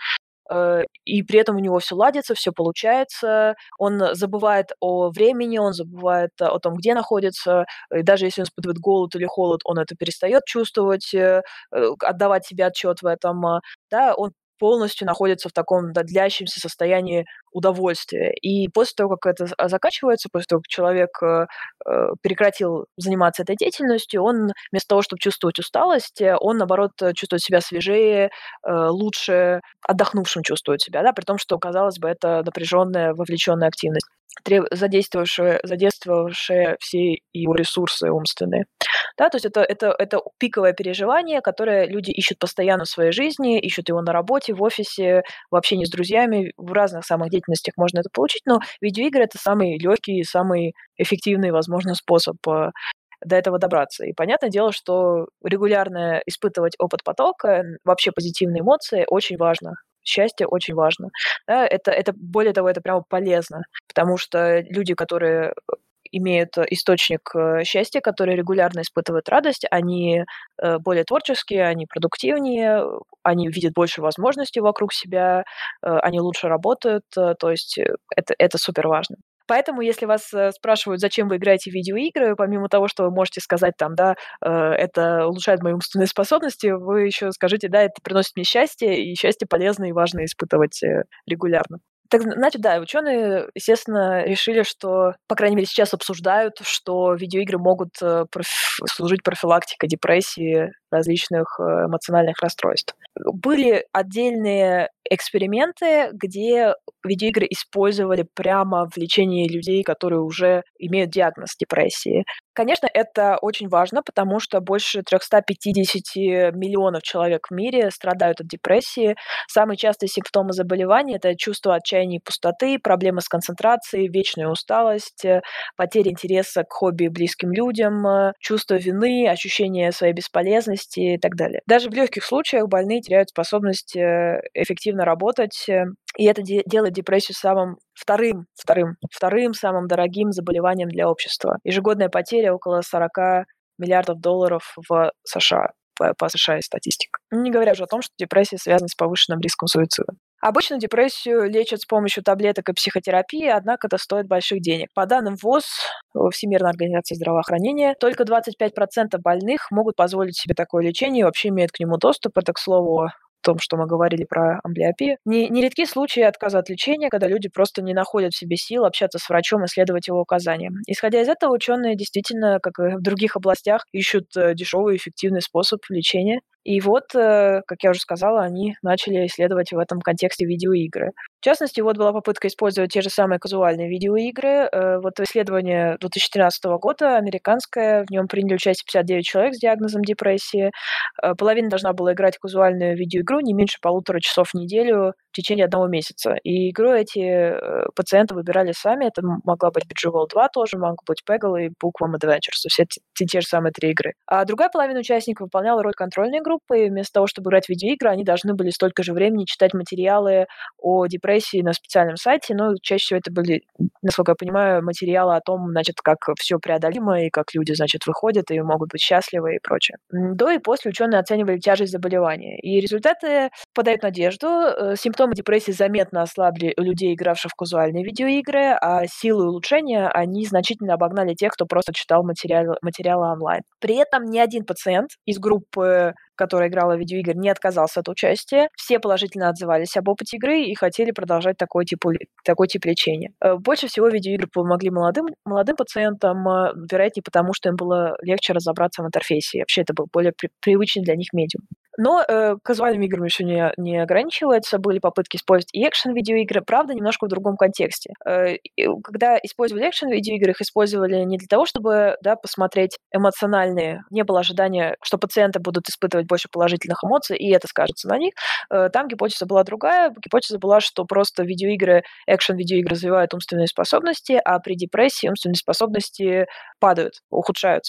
э, и при этом у него все ладится, все получается, он забывает о времени, он забывает о том, где находится, и даже если он испытывает голод или холод, он это перестает чувствовать, э, э, отдавать себе отчет в этом, а, да, он полностью находится в таком, да, длящемся состоянии удовольствия. И после того, как это з а, заканчивается, после того, как человек, э, э, прекратил заниматься этой деятельностью, он вместо того, чтобы чувствовать усталость, э, он, наоборот, э, чувствует себя свежее, э, лучше, отдохнувшим чувствует себя, да, при том, что, казалось бы, это напряженная, вовлеченная активность, треб задействовавшая задействовавшая все его ресурсы умственные. Да, то есть это это это пиковое переживание, которое люди ищут постоянно в своей жизни, ищут его на работе, в офисе, в общении с друзьями. В разных самых деятельностях можно это получить, но видеоигры — это самый легкий и самый эффективный, возможно, способ, э, до этого добраться. И понятное дело, что регулярно испытывать опыт потока, н вообще позитивные эмоции очень важно. Счастье очень важно. Да, это это более того, это прямо полезно, потому что люди, которые, э, имеют источник, э, счастья, которые регулярно испытывают радость, они, э, более творческие, они продуктивнее, э, они видят больше возможностей вокруг себя, э, они лучше работают, э, то есть, э, это это супер важно. Поэтому, если вас, э, спрашивают, зачем вы играете в видеоигры, помимо того, что вы можете сказать там, да, э, это улучшает мои умственные способности, вы еще скажите, да, это приносит мне счастье, и счастье полезно и важно испытывать, э, регулярно. Так зн значит, да, ученые, естественно, решили, что, по крайней мере, сейчас обсуждают, что видеоигры могут, э, проф служить профилактикой депрессии, различных, э, эмоциональных расстройств. Были отдельные эксперименты, где видеоигры использовали прямо в лечении людей, которые уже имеют диагноз депрессии. Конечно, это очень важно, потому что больше триста пятьдесят миллионов человек в мире страдают от депрессии. Самые частые симптомы заболевания — это чувство отчаяния и пустоты, проблемы с концентрацией, вечная усталость, э, потеря интереса к хобби и близким людям, э, чувство вины, ощущение своей бесполезности и так далее. Даже в легких случаях больные теряют способность, э, эффективно работать, э, и это де делает депрессию самым вторым вторым вторым самым дорогим заболеванием для общества. Ежегодная потеря около сорок миллиардов долларов в США. По по США есть статистика. Не говоря уже о том, что депрессия связана с повышенным риском суицида. Обычно депрессию лечат с помощью таблеток и психотерапии, однако это стоит больших денег. По данным ВОЗ, э, Всемирной организации здравоохранения, только двадцать пять процентов больных могут позволить себе такое лечение и вообще имеют к нему доступ. Это, к слову, о том, что мы говорили про амблиопию. Не нередки случаи отказа от лечения, когда люди просто не находят в себе сил общаться с врачом и следовать его указаниям. Исходя из этого, ученые действительно, как и в других областях, ищут, э, дешевый и эффективный способ лечения. И вот, э, как я уже сказала, они начали исследовать в этом контексте видеоигры. В частности, вот была попытка использовать те же самые казуальные видеоигры. Э, вот исследование две тысячи тринадцатого года, американское, в нем приняли участие пятьдесят девять человек с диагнозом депрессии. Э, половина должна была играть в казуальную видеоигру не меньше полутора часов в неделю в течение одного месяца. И игру эти, э, пациенты выбирали сами. Это м могла быть Bridgewell два тоже, мог быть Peggle и Bookworm Adventures. Все те те те же самые три игры. А другая половина участников выполняла роль контрольной группы, и вместо того, чтобы играть в видеоигры, они должны были столько же времени читать материалы о депрессии на специальном сайте. Но чаще всего это были, насколько я понимаю, материалы о том, значит, как все преодолимо и как люди, значит, выходят и могут быть счастливы и прочее. М, До и после ученые оценивали тяжесть заболевания. И результаты подают надежду. Э, Симптомы депрессии заметно ослабли у людей, игравших в казуальные видеоигры, а силы улучшения они значительно обогнали тех, кто просто читал материалы, материалы онлайн. При этом ни один пациент из группы, которая играла в видеоигры, не отказался от участия. Все положительно отзывались об опыте игры и хотели продолжать такой тип, ули- такой тип лечения. Э, Больше всего видеоигры помогли молодым, молодым пациентам, э, вероятнее потому, что им было легче разобраться в интерфейсе. Вообще это был более при- привычный для них медиум. Но э, казуальными играми еще не, не ограничивается. Были попытки использовать и экшен-видеоигры, правда, немножко в другом контексте. Э, и когда использовали экшен-видеоигры, их использовали не для того, чтобы, да, посмотреть эмоциональные. Не было ожидания, что пациенты будут испытывать больше положительных эмоций, и это скажется на них. Э, Там гипотеза была другая. Гипотеза была, что просто видеоигры, экшен-видеоигры развивают умственные способности, а при депрессии умственные способности падают, ухудшаются.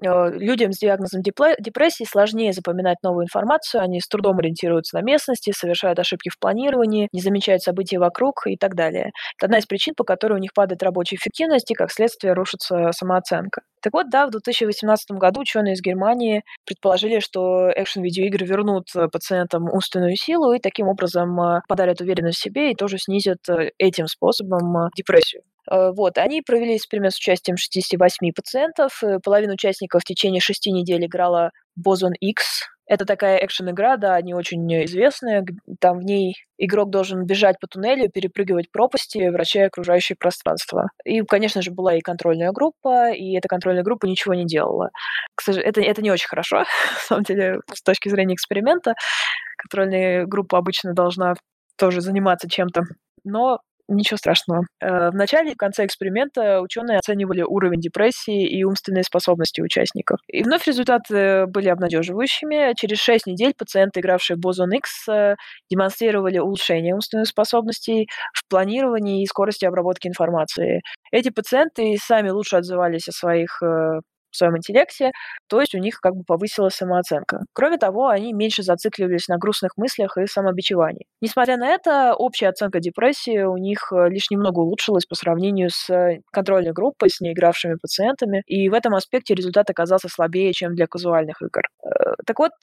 людям с диагнозом депрессии сложнее запоминать новую информацию, они с трудом ориентируются на местности, совершают ошибки в планировании, не замечают события вокруг и так далее. Это одна из причин, по которой у них падает рабочая эффективность и, как следствие, рушится самооценка. Так вот, да, в две тысячи восемнадцатом году ученые из Германии предположили, что экшн-видеоигры вернут пациентам умственную силу и таким образом подарят уверенность в себе и тоже снизят этим способом депрессию. Вот, они провели эксперимент с участием шестьдесят восемь пациентов. Половина участников в течение шести недель играла Boson X. Это такая экшен-игра, да, не очень известная. Там в ней игрок должен бежать по туннелю, перепрыгивать пропасти, вращая окружающее пространство. И, конечно же, была и контрольная группа, и эта контрольная группа ничего не делала. К сожалению, это, это не очень хорошо, на самом деле, с точки зрения эксперимента. Контрольная группа обычно должна тоже заниматься чем-то, но ничего страшного. В начале и в конце эксперимента ученые оценивали уровень депрессии и умственные способности участников. И вновь результаты были обнадеживающими. Через шесть недель пациенты, игравшие в Boson X, демонстрировали улучшение умственных способностей в планировании и скорости обработки информации. Эти пациенты сами лучше отзывались о своих в своем интеллекте, то есть у них как бы повысилась самооценка. Кроме того, они меньше зацикливались на грустных мыслях и самобичевании. Несмотря на это, общая оценка депрессии у них лишь немного улучшилась по сравнению с контрольной группой, с неигравшими пациентами, и в этом аспекте результат оказался слабее, чем для казуальных игр. Так вот,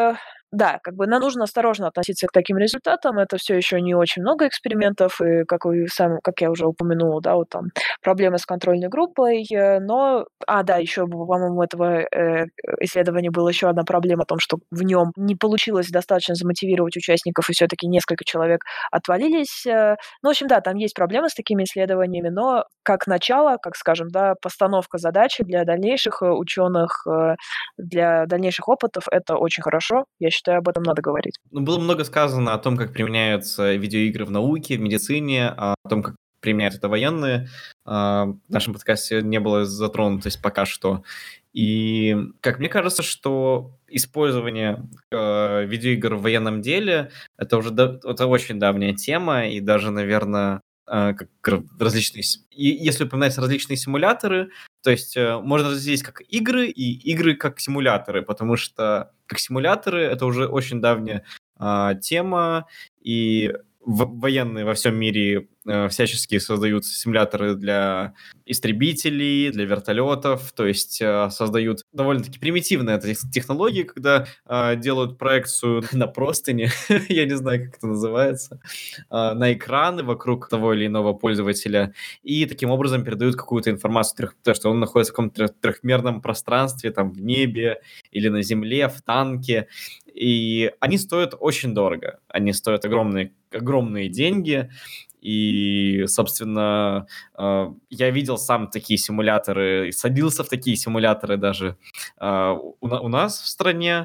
да, как бы нам нужно осторожно относиться к таким результатам. Это все еще не очень много экспериментов, и как вы сам, как я уже упомянула, да, вот там проблемы с контрольной группой, но, а, да, еще, по-моему, этого э, исследования была еще одна проблема о том, что в нем не получилось достаточно замотивировать участников, и все-таки несколько человек отвалились. Ну, в общем, да, там есть проблемы с такими исследованиями, но как начало, как, скажем, да, постановка задачи для дальнейших ученых, для дальнейших опытов, это очень хорошо. Я считаю, об этом надо говорить. Ну, было много сказано о том, как применяются видеоигры в науке, в медицине, о том, как применяют это военные. В нашем подкасте не было затронуто, то есть пока что. И, как мне кажется, что использование э, видеоигр в военном деле это уже да, это очень давняя тема, и даже, наверное, э, как различные... И если упоминать различные симуляторы, то есть э, можно разделить как игры и игры как симуляторы, потому что как симуляторы это уже очень давняя э, тема, и в, военные во всем мире э, всячески создают симуляторы для истребителей, для вертолетов, то есть э, создают довольно-таки примитивные технологии, когда э, делают проекцию на простыни, я не знаю, как это называется, э, на экраны вокруг того или иного пользователя, и таким образом передают какую-то информацию, то, что он находится в каком-то трехмерном пространстве, там, в небе или на земле, в танке, и они стоят очень дорого, они стоят огромные, огромные деньги, и, собственно, я видел сам такие симуляторы, садился в такие симуляторы даже у нас в стране,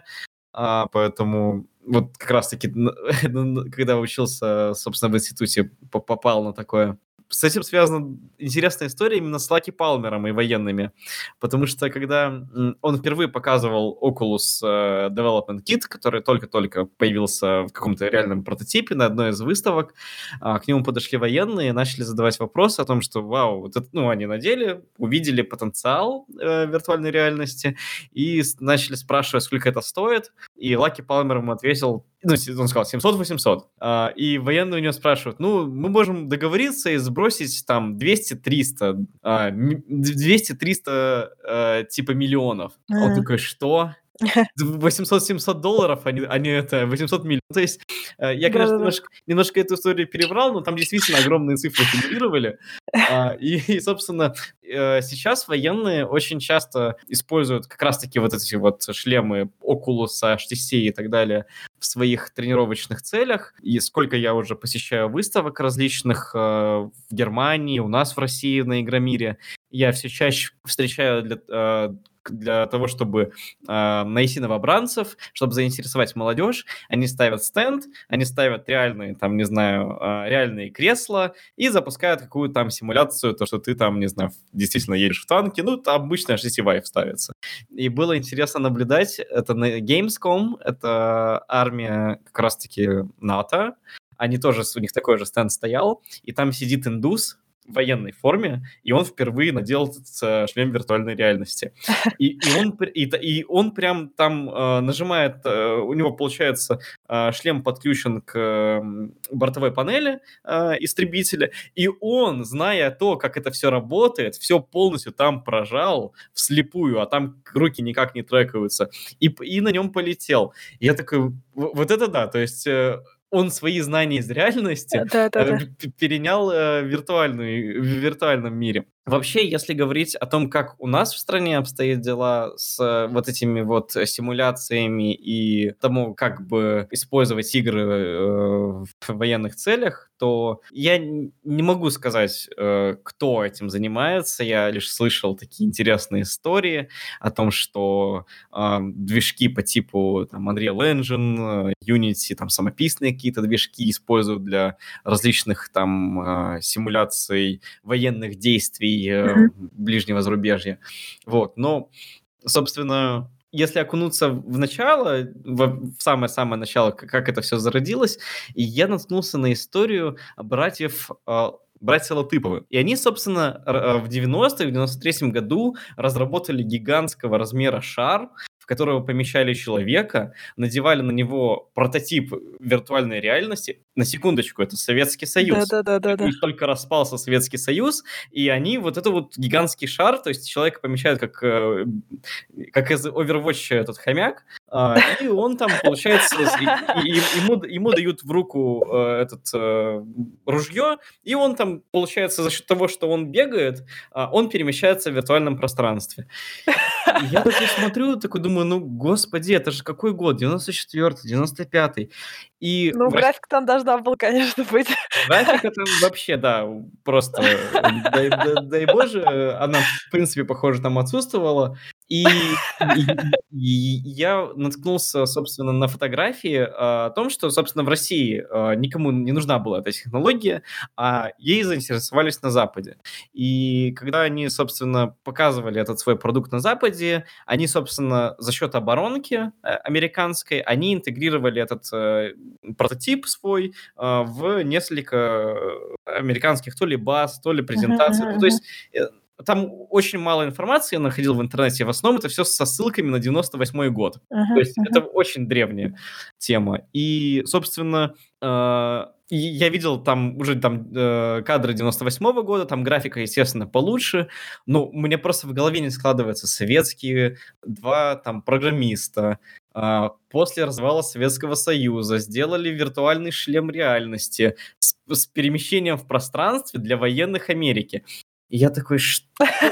поэтому вот как раз-таки, когда учился, собственно, в институте, попал на такое. С этим связана интересная история именно с Лаки Палмером и военными, потому что когда он впервые показывал Oculus Development Kit, который только-только появился в каком-то реальном прототипе на одной из выставок, к нему подошли военные и начали задавать вопросы о том, что вау, вот это, ну, они надели, увидели потенциал э, виртуальной реальности и начали спрашивать, сколько это стоит, и Лаки Палмер ему ответил, ну, он сказал семьсот-восемьсот, а, и военные у него спрашивают, ну, мы можем договориться и сбросить там двести-триста, а, двести-триста а, типа миллионов. Mm. Он такой, что? восемьсот-семьсот долларов, а не, а не это, восемьсот миллионов. То есть я, конечно, немножко, немножко эту историю перебрал, но там действительно огромные цифры фигурировали. И, и, собственно, сейчас военные очень часто используют как раз-таки вот эти вот шлемы Oculus, эйч ти си и так далее в своих тренировочных целях. И сколько я уже посещаю выставок различных в Германии, у нас в России на Игромире, я все чаще встречаю для... для того, чтобы э, найти новобранцев, чтобы заинтересовать молодежь, они ставят стенд, они ставят реальные, там, не знаю, э, реальные кресла и запускают какую-то там симуляцию, то, что ты там, не знаю, действительно едешь в танке, ну, там обычно эйч ти си Vive ставится. И было интересно наблюдать, это на Gamescom, это армия как раз-таки НАТО, они тоже, у них такой же стенд стоял, и там сидит индус, военной форме, и он впервые надел этот э, шлем виртуальной реальности. И, и, он, и, и он прям там э, нажимает, э, у него, получается, э, шлем подключен к э, бортовой панели э, истребителя, и он, зная то, как это все работает, все полностью там прожал вслепую, а там руки никак не трекаются, и, и на нем полетел. И я такой, вот это да, то есть... Э, он свои знания из реальности Да, да, да. э, перенял э, виртуальную, в виртуальном мире. Вообще, если говорить о том, как у нас в стране обстоят дела с э, вот этими вот симуляциями и тому, как бы использовать игры э, в военных целях, то я н- не могу сказать, э, кто этим занимается. Я лишь слышал такие интересные истории о том, что э, движки по типу там, Unreal Engine, э, Unity, там самописные какие-то движки используют для различных там э, симуляций военных действий э, Мгм. ближнего зарубежья. Вот. Но, собственно, если окунуться в начало, в в самое-самое начало, к- как это все зародилось, и я наткнулся на историю братьев э, братья Латыповы. И они, собственно, р- э, в девяностых, в девяносто третьем году разработали гигантского размера шар, в которого помещали человека, надевали на него прототип виртуальной реальности. На секундочку, это Советский Союз. Да-да-да-да-да. И только распался Советский Союз, и они вот это вот гигантский шар, то есть человека помещают как, э, как из Overwatch этот хомяк, а, и он там, получается, с- и- и- и- ему, ему дают в руку э, этот э, ружье, и он там, получается, за счет того, что он бегает, а, он перемещается в виртуальном пространстве. И я такой смотрю, такой думаю, ну, господи, это же какой год? девяносто четвёртый, девяносто пятый. И Ну, в России график там должна был, конечно, быть. графика там вообще, да, просто, э, дай, дай- дай боже, она, в принципе, похоже, там отсутствовала. И, и- и я наткнулся, собственно, на фотографии а, о том, что, собственно, в России а, никому не нужна была эта технология, а ей заинтересовались на Западе. И когда они, собственно, показывали этот свой продукт на Западе, они, собственно, за счет оборонки э, американской, они интегрировали этот э, прототип свой а, в несколько э, американских то ли баз, то ли Мгм, презентаций. мгм, Ну, то мгм. есть э, там очень мало информации я находил в интернете. В основном это все со ссылками на девяносто восьмой год. То Мгм, есть это мгм. очень древняя тема. И, собственно, э, и я видел там уже там э, кадры девяносто восьмого года, там графика, естественно, получше, но у меня просто в голове не складываются советские два там программиста, а, после развала Советского Союза сделали виртуальный шлем реальности с, с перемещением в пространстве для военных Америки. И я такой, что?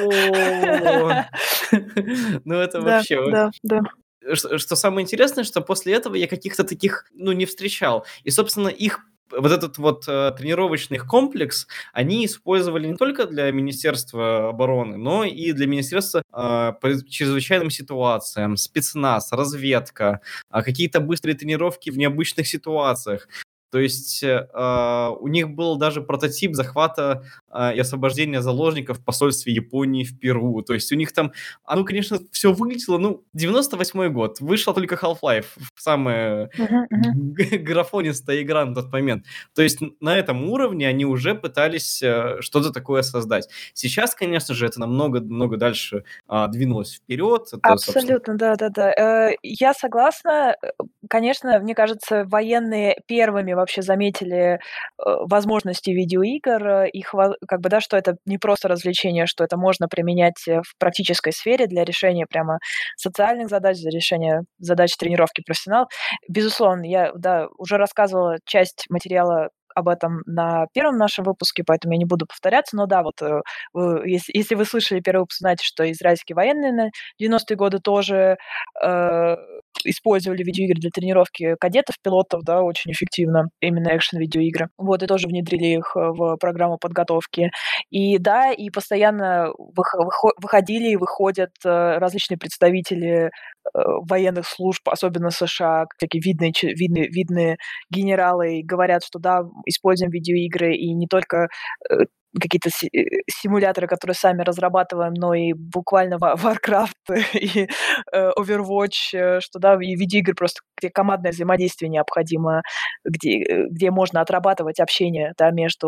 Ну, это Да, вообще... да, да. Ш- Что самое интересное, что после этого я каких-то таких, ну, не встречал. И, собственно, их вот этот вот э, тренировочный их комплекс они использовали не только для Министерства обороны, но и для Министерства э, по чрезвычайным ситуациям, спецназ, разведка, а какие-то быстрые тренировки в необычных ситуациях. То есть э, а, у них был даже прототип захвата э, и освобождения заложников в посольстве Японии в Перу. То есть у них там, оно, конечно, все выглядело, ну, девяносто восьмой год, вышла только Half-Life, самая Мгм, мгм. г- графонистая игра на тот момент. То есть н- на этом уровне они уже пытались э, что-то такое создать. Сейчас, конечно же, это намного-намного дальше а, двинулось вперед. Это, собственно... Абсолютно, да-да-да. Э, я согласна. Э, конечно, мне кажется, военные первыми вообще заметили, э, возможности видеоигр, э, их во как бы, да, что это не просто развлечение, что это можно применять, э, в практической сфере для решения прямо социальных задач, для решения задач тренировки профессионалов. Безусловно, я, да, уже рассказывала часть материала об этом на первом нашем выпуске, поэтому я не буду повторяться. Но да, вот, э, вы если если вы слышали первый выпуск, знаете, что израильские военные на девяностые годы тоже, э, использовали видеоигры для тренировки кадетов, пилотов, да, очень эффективно, именно экшен-видеоигры. Вот, и тоже внедрили их, э, в программу подготовки. И да, и постоянно вых выхо выходили и выходят, э, различные представители, э, военных служб, особенно США, такие видные че видные видные генералы, и говорят, что да, используем видеоигры, и не только, э, какие-то си э, симуляторы, которые сами разрабатываем, но и буквально ва Warcraft и, э, Overwatch, э, что да, и видеоигры просто, где командное взаимодействие необходимо, где, э, где можно отрабатывать общение, да, между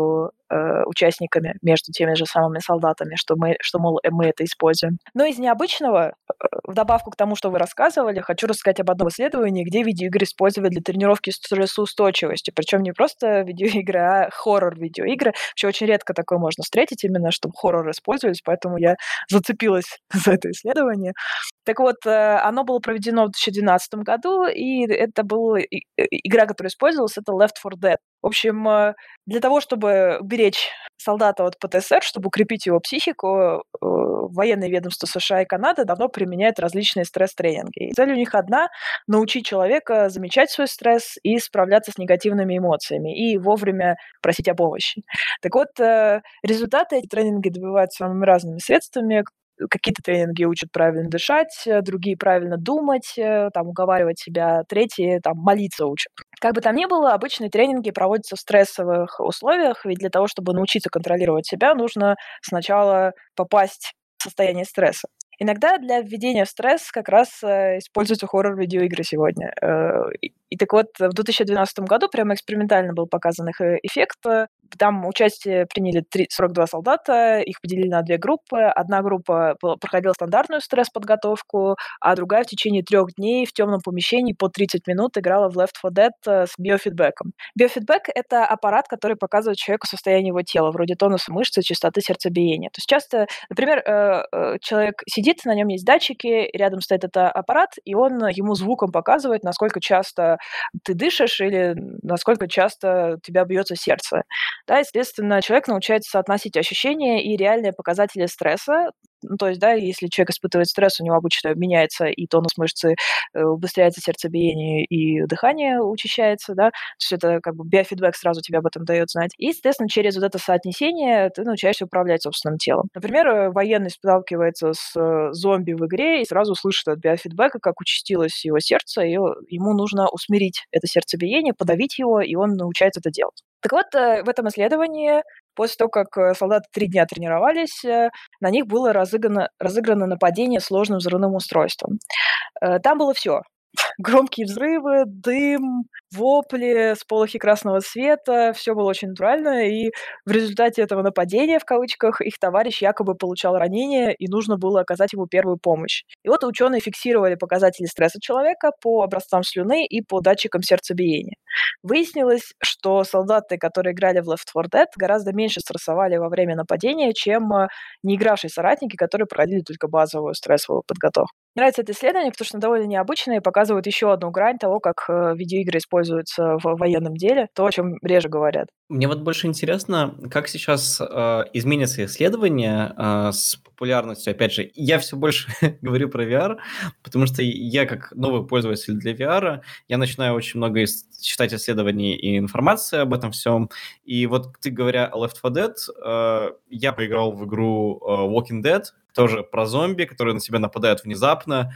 э, участниками, между теми же самыми солдатами, что мы, что, мол, э, мы это используем. Но из необычного, э, в добавку к тому, что вы рассказывали, хочу рассказать об одном исследовании, где видеоигры использовали для тренировки стрессоустойчивости. Причем не просто видеоигры, а хоррор-видеоигры. Вообще очень редко такое можно встретить, именно чтобы хоррор использовались, поэтому я зацепилась за это исследование. Так вот, э, оно было проведено в две тысячи двенадцатом году, и это была и- и- игра, которая использовалась, это Left four Dead. В общем, э, для того, чтобы уберечь солдата от P T S R, чтобы укрепить его психику, э, военные ведомства США и Канады давно применяют различные стресс-тренинги. И цель у них одна — научить человека замечать свой стресс и справляться с негативными эмоциями, и вовремя просить о помощи. Так вот, э, результаты эти тренинги добиваются самыми разными средствами. Какие-то тренинги учат правильно дышать, э, другие правильно думать, э, там, уговаривать себя, третьи там молиться учат. Как бы там ни было, обычные тренинги проводятся в стрессовых условиях, ведь для того, чтобы научиться контролировать себя, нужно сначала попасть в состояние стресса. Иногда для введения в стресс как раз э, используются хоррор-видеоигры сегодня. Э, и, и так вот, в две тысячи двенадцатом году прямо экспериментально был показан их э, эффект. Э, Там участие приняли три- сорок два солдата, их поделили на две группы. Одна группа была- проходила стандартную стресс-подготовку, а другая в течение трех дней в темном помещении по тридцать минут играла в Left four Dead э, с биофидбэком. Биофидбэк — это аппарат, который показывает человеку состояние его тела, вроде тонуса мышц и частоты сердцебиения. То есть часто, например, э, э, человек сидит, на нем есть датчики, рядом стоит этот аппарат, и он э, ему звуком показывает, насколько часто ты дышишь или насколько часто у тебя бьется сердце. Да, естественно, человек научается соотносить ощущения и реальные показатели стресса. Ну, то есть, да, если человек испытывает стресс, у него обычно меняется и тонус мышцы, э, убыстряется сердцебиение, и дыхание учащается, да. То есть это как бы биофидбэк сразу тебе об этом дает знать. И, естественно, через вот это соотнесение ты научаешься управлять собственным телом. Например, э, военный сталкивается с э, зомби в игре и сразу слышит от биофидбэка, как участилось его сердце, и о- ему нужно усмирить это сердцебиение, подавить его, и он научается это делать. Так вот, э, в этом исследовании, после того, как э, солдаты три дня тренировались, э, на них было разыграно, разыграно нападение сложным взрывным устройством. Э, Там было все: громкие взрывы, дым, вопли, сполохи красного света. Все было очень натурально, и в результате этого нападения, в кавычках, их товарищ якобы получал ранение, и нужно было оказать ему первую помощь. И вот ученые фиксировали показатели стресса человека по образцам слюны и по датчикам сердцебиения. Выяснилось, что солдаты, которые играли в Left four Dead, гораздо меньше стрессовали во время нападения, чем э, не игравшие соратники, которые проходили только базовую стрессовую подготовку. Мне нравится это исследование, потому что оно довольно необычное и показывает еще одну грань того, как э, видеоигры используются в военном деле, то, о чем реже говорят. Мне вот больше интересно, как сейчас э, изменится исследование э, с популярностью. Опять же, я все больше говорю про V R, потому что я как новый пользователь для V R, я начинаю очень много ис- читать исследований и информации об этом всем. И вот ты, говоря о Left four Dead, э, я поиграл в игру э, Walking Dead, тоже про зомби, которые на тебя нападают внезапно.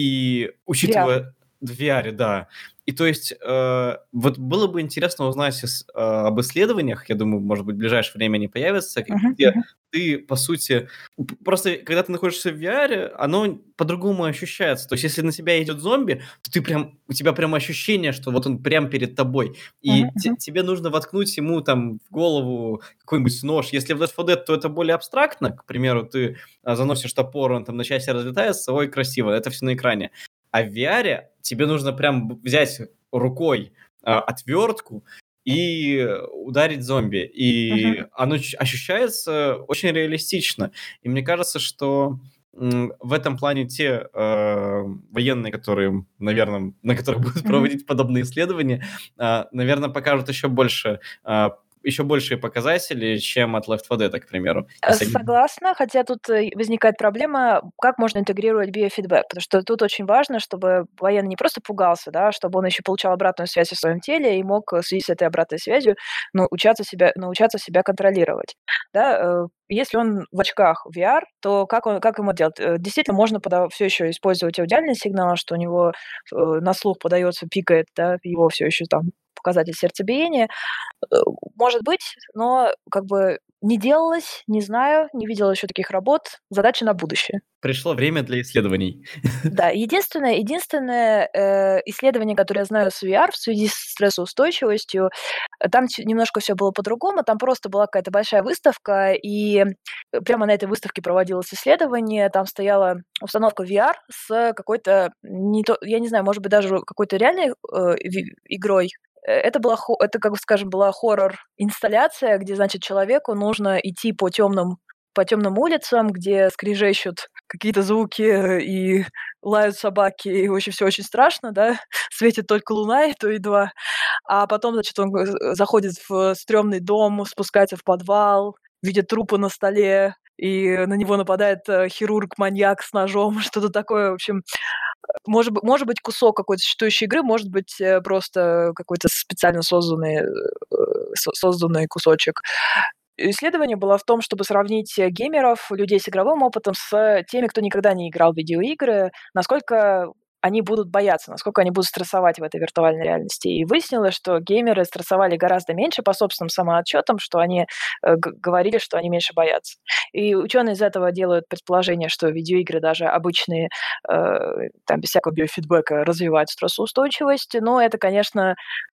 И учитывая... В V R, да. И то есть, э, вот было бы интересно узнать ис- э, об исследованиях, я думаю, может быть, в ближайшее время они появятся, Мгм, где мгм. ты, по сути, п- просто когда ты находишься в V R, оно по-другому ощущается. То есть, если на тебя идет зомби, то ты прям, у тебя прям ощущение, что вот он прям перед тобой. Мгм, И те- мгм. тебе нужно воткнуть ему там в голову какой-нибудь нож. Если в Left four Dead, то это более абстрактно. К примеру, ты а, заносишь топор, он там на части разлетается, ой, красиво, это все на экране. А в V R тебе нужно прям б- взять рукой а, отвертку и ударить зомби. И Мгм. оно ч- ощущается очень реалистично. И мне кажется, что м, в этом плане те э, военные, которые, наверное, на которых будут Мгм. проводить подобные исследования, наверное, покажут еще больше, а, еще большие показатели, чем от Left four Dead, к примеру. Э, Если они... Согласна, хотя тут э, возникает проблема, как можно интегрировать биофидбэк, потому что тут очень важно, чтобы военный не просто пугался, да, чтобы он еще получал обратную связь о своем теле и мог э, в связи с этой обратной связью научаться себя, научаться себя контролировать. Да, э, если он в очках V R, то как, он, как ему делать? Э, Действительно, можно все еще использовать аудиальный сигнал, что у него э, на слух подается, пикает, да, его все еще там показатель сердцебиения. Э, Может быть, но как бы не делалось, не знаю, не видела еще таких работ. Задача на будущее. Пришло время для исследований. Да, единственное, единственное э, исследование, которое я знаю с ви ар в связи с стрессоустойчивостью, э, там чё- немножко все было по-другому. Там просто была какая-то большая выставка, и э, прямо на этой выставке проводилось исследование. Там стояла установка ви ар с какой-то, не то, я не знаю, может быть, даже какой-то реальной э, ви- игрой. Э, Это была, хо- это, как бы скажем, была хоррор-инсталляция, где, значит, человеку нужно идти по темным по темным улицам, где скрежещут какие-то звуки э, и лают собаки, и очень все очень страшно, да, светит только луна, и то, и два. А потом, значит, он э, заходит в стрёмный дом, спускается в подвал, видит трупы на столе, и на него нападает э, хирург-маньяк с ножом, что-то такое, в общем. Может быть, может быть кусок какой-то существующей игры, может быть э, просто какой-то специально созданный, э, со- созданный кусочек. Исследование было в том, чтобы сравнить э, геймеров, людей с игровым опытом, с теми, кто никогда не играл в видеоигры, насколько они будут бояться, насколько они будут стрессовать в этой виртуальной реальности. И выяснилось, что геймеры стрессовали гораздо меньше по собственным самоотчетам, что они э, г- говорили, что они меньше боятся. И ученые из этого делают предположение, что видеоигры даже обычные, э, там, без всякого биофидбэка, развивают стрессоустойчивость. Но это, конечно,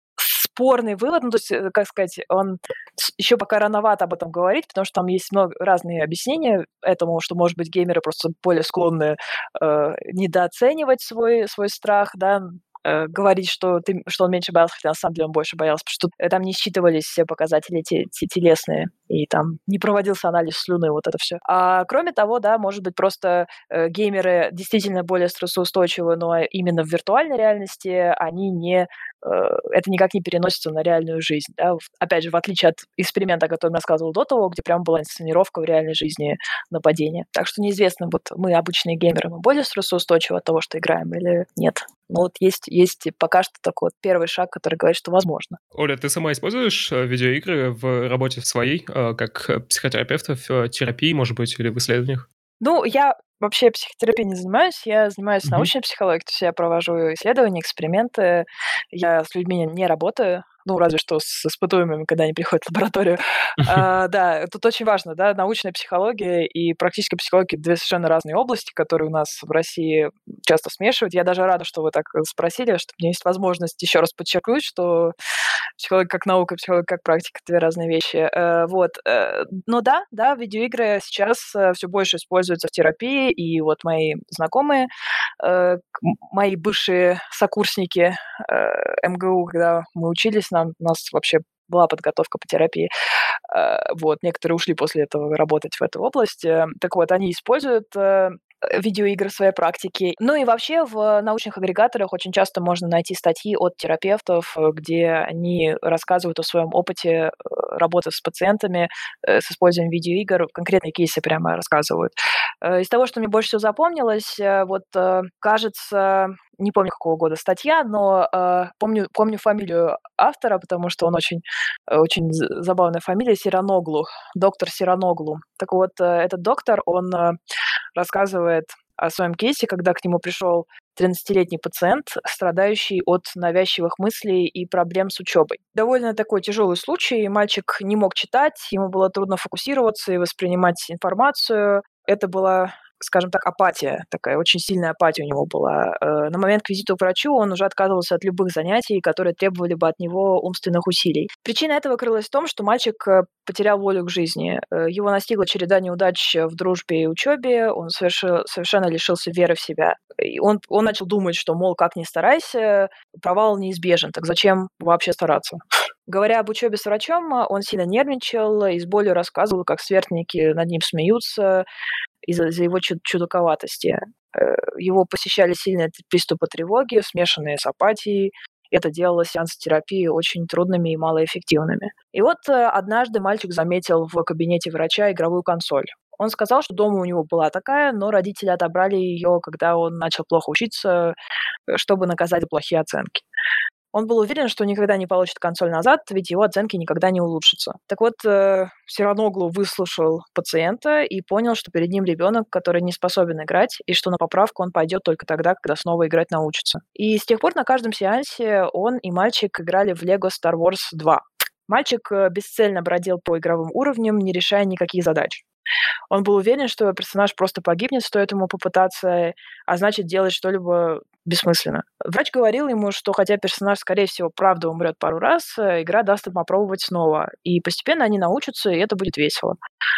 спорный вывод, ну, то есть, э, как сказать, он еще пока рановато об этом говорить, потому что там есть много разные объяснения этому, что, может быть, геймеры просто более склонны э, недооценивать свой, свой страх, да, э, говорить, что, ты, что он меньше боялся, хотя на самом деле он больше боялся, потому что э, там не считывались все показатели те- те- телесные, и там не проводился анализ слюны, вот это все. А кроме того, да, может быть, просто э, геймеры действительно более стрессоустойчивы, но именно в виртуальной реальности они не э, это никак не переносится на реальную жизнь. Да? В- Опять же, в отличие от эксперимента, о котором я рассказывала до того, где прям была инсценировка в реальной жизни нападения. Так что неизвестно, вот мы, обычные геймеры, мы более стрессоустойчивы от того, что играем, или нет. Но вот есть, есть пока что такой вот первый шаг, который говорит, что возможно. Оля, ты сама используешь э, видеоигры в работе своей, э, как э, психотерапевта в э, терапии, может быть, или в исследованиях? Ну, я вообще психотерапией не занимаюсь, я занимаюсь Мгм. научной психологией, то есть я провожу исследования, эксперименты, я с людьми не работаю, ну, разве что с испытуемыми, когда они приходят в лабораторию. А, да, тут очень важно, да, научная психология и практическая психология — две совершенно разные области, которые у нас в России часто смешивают. Я даже рада, что вы так э, спросили, что у меня есть возможность еще раз подчеркнуть, что психология как наука, психология как практика — две разные вещи. Э, вот. э, Но да, да, видеоигры сейчас все больше используются в терапии, и вот мои знакомые, э, к- м- мои бывшие сокурсники э, эм гэ у, когда мы учились, нам, у нас вообще была подготовка по терапии. Э, Вот, некоторые ушли после этого работать в эту область. Э, Так вот, они используют э, видеоигры в своей практике. Ну и вообще в научных агрегаторах очень часто можно найти статьи от терапевтов, э, где они рассказывают о своем опыте э, работы с пациентами э, с использованием видеоигр, конкретные кейсы прямо рассказывают. Э, Из того, что мне больше всего запомнилось, э, вот э, кажется, не помню какого года статья, но э, помню, помню фамилию автора, потому что он очень, э, очень з- забавная фамилия — Сираноглу, доктор Сираноглу. Так вот, э, этот доктор, он э, рассказывает о своем кейсе, когда к нему пришел тринадцатилетний пациент, страдающий от навязчивых мыслей и проблем с учебой. Довольно такой тяжелый случай. Мальчик не мог читать, ему было трудно фокусироваться и воспринимать информацию. Это была, скажем так, апатия, такая очень сильная апатия у него была. Э, На момент к визиту к врачу он уже отказывался от любых занятий, которые требовали бы от него умственных усилий. Причина этого крылась в том, что мальчик э, потерял волю к жизни. Э, Его настигла череда неудач в дружбе и учебе, он соверши- совершенно лишился веры в себя. И он, он начал думать, что, мол, как ни старайся, провал неизбежен, так зачем вообще стараться? Говоря об учебе с врачом, а, он сильно нервничал и с болью рассказывал, как сверстники над ним смеются из-за из-за его чуд- чудаковатости. Э, Его посещали сильные т- приступы тревоги, смешанные с апатией. Это делало сеансы терапии очень трудными и малоэффективными. И вот э, однажды мальчик заметил в кабинете врача игровую консоль. Он сказал, что дома у него была такая, но родители отобрали ее, когда он начал плохо учиться, э, чтобы наказать за плохие оценки. Он был уверен, что никогда не получит консоль назад, ведь его оценки никогда не улучшатся. Так вот, э, Сироноглу выслушал пациента и понял, что перед ним ребенок, который не способен играть, и что на поправку он пойдет только тогда, когда снова играть научится. И с тех пор на каждом сеансе он и мальчик играли в Lego Star Wars два. Мальчик э, бесцельно бродил по игровым уровням, не решая никаких задач. Он был уверен, что персонаж просто погибнет, стоит ему попытаться, а значит, делать что-либо бессмысленно. Врач говорил ему, что хотя персонаж, скорее всего, правда умрет пару раз, э, игра даст им попробовать снова. И постепенно они научатся, и это будет весело.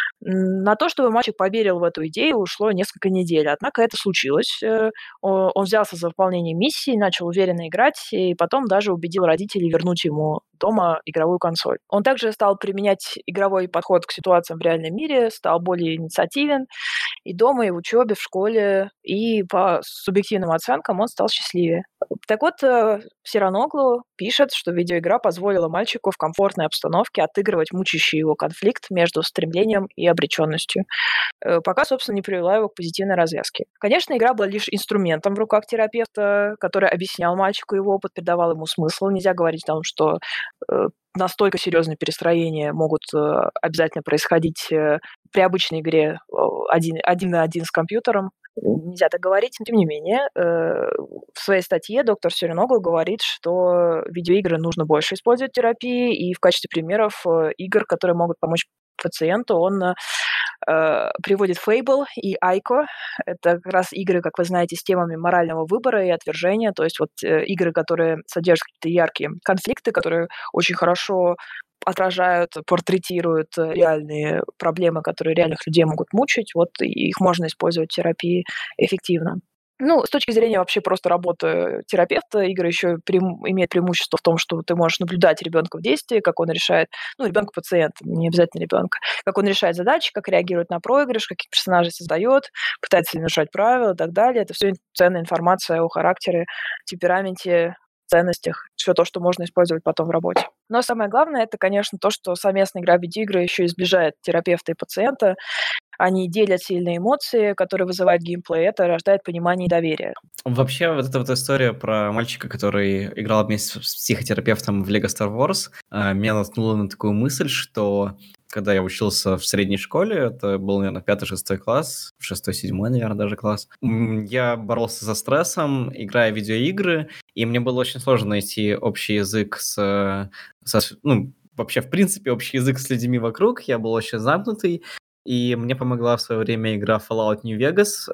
М, На то, чтобы мальчик поверил в эту идею, ушло несколько недель. Однако это случилось. Э, о- Он взялся за выполнение миссии, начал уверенно играть, и потом даже убедил родителей вернуть ему дома игровую консоль. Он также стал применять игровой подход к ситуациям в реальном мире, стал более инициативен и дома, и в учебе, в школе, и по субъективным оценкам он стал счастливее. Так вот, э, Сироноглу пишет, что видеоигра позволила мальчику в комфортной обстановке отыгрывать мучающий его конфликт между стремлением и обреченностью, э, пока, собственно, не привела его к позитивной развязке. Конечно, игра была лишь инструментом в руках терапевта, который объяснял мальчику его опыт, придавал ему смысл. Нельзя говорить о том, что э, настолько серьезные перестроения могут э, обязательно происходить э, при обычной игре э, один, один на один с компьютером. Нельзя так говорить, но тем не менее, э, в своей статье доктор Сироноглу говорит, что видеоигры нужно больше использовать в терапии, и в качестве примеров э, игр, которые могут помочь пациенту, он э, приводит Fable и Ico. Это как раз игры, как вы знаете, с темами морального выбора и отвержения, то есть вот э, игры, которые содержат какие-то яркие конфликты, которые очень хорошо отражают, портретируют э, реальные проблемы, которые реальных людей могут мучить. Вот и их можно использовать в терапии эффективно. Ну, с точки зрения вообще просто работы терапевта, игры еще преим- имеют преимущество в том, что ты можешь наблюдать ребенка в действии, как он решает, ну, ребенка-пациента, не обязательно ребенка, как он решает задачи, как реагирует на проигрыш, каких персонажей создает, пытается ли нарушать правила и так далее. Это все ценная информация о характере, темпераменте, ценностях, все то, что можно использовать потом в работе. Но самое главное, это, конечно, то, что совместная игра в видеоигры еще и сближает терапевта и пациента. Они делят сильные эмоции, которые вызывают геймплей. Это рождает понимание и доверие. Вообще, вот эта вот история про мальчика, который играл вместе с психотерапевтом в Lego Star Wars, э, меня наткнула на такую мысль, что когда я учился в средней школе, это был, наверное, пятый-шестой класс, шестой-седьмой, наверное, даже класс, м, я боролся со стрессом, играя в видеоигры, и мне было очень сложно найти общий язык с, со- ну, вообще, в принципе, общий язык с людьми вокруг, я был очень замкнутый, и мне помогла в свое время игра Fallout New Vegas,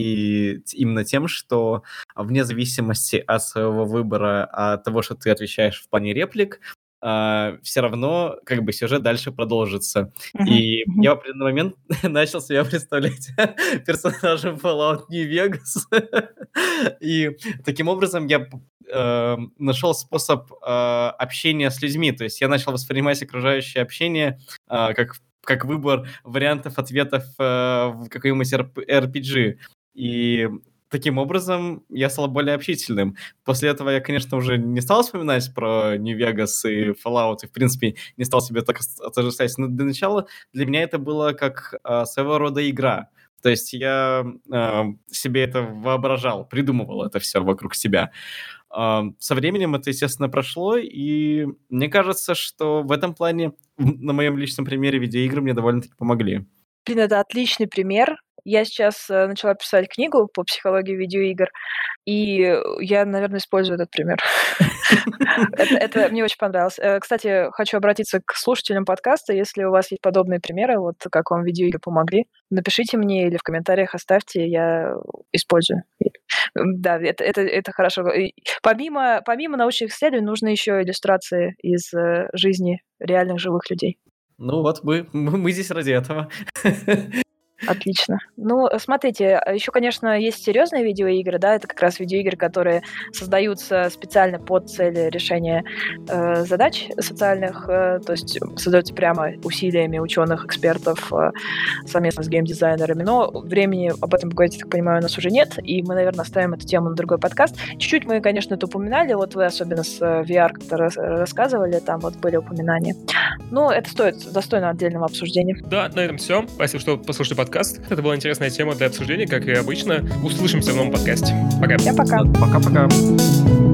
и именно тем, что вне зависимости от своего выбора, от того, что ты отвечаешь в плане реплик, все равно как бы сюжет дальше продолжится. Мгм. И Мгм. я в определенный момент начал себя представлять персонажем Fallout New Vegas. И таким образом я э, нашел способ э, общения с людьми. То есть я начал воспринимать окружающее общение э, как как выбор вариантов ответов э, в какой-нибудь эр пи джи. И таким образом я стал более общительным. После этого я, конечно, уже не стал вспоминать про New Vegas и Fallout, и, в принципе, не стал себе так отождествлять. Но для начала для меня это было как э, своего рода игра. То есть я э, себе это воображал, придумывал это все вокруг себя. Э, со временем это, естественно, прошло, и мне кажется, что в этом плане, на моем личном примере, видеоигры мне довольно-таки помогли. Блин, это отличный пример. Я сейчас э, начала писать книгу по психологии видеоигр, и э, я, наверное, использую этот пример. Это, это мне очень понравилось. Э, Кстати, хочу обратиться к слушателям подкаста. Если у вас есть подобные примеры, вот как вам видеоигры помогли, напишите мне или в комментариях оставьте, я использую. М, Да, это, это, это хорошо. И помимо, помимо научных исследований нужны еще иллюстрации из э, жизни реальных живых людей. Ну вот мы, мы мы здесь ради этого. Отлично. Ну, э, смотрите, еще, конечно, есть серьезные видеоигры, да, это как раз видеоигры, которые создаются специально под цели решения э, задач социальных, э, то есть создаются прямо усилиями ученых, экспертов э, совместно с геймдизайнерами, но времени об этом поговорить, я так понимаю, у нас уже нет, и мы, наверное, оставим эту тему на другой подкаст. Чуть-чуть мы, конечно, это упоминали, вот вы особенно с э, ви ар как-то рас- рассказывали, там вот были упоминания. Но это стоит, достойно отдельного обсуждения. Да, на этом все. Спасибо, что послушали подкаст. Это была интересная тема для обсуждения, как и обычно. Услышимся в новом подкасте. Пока. Всем пока. Пока-пока.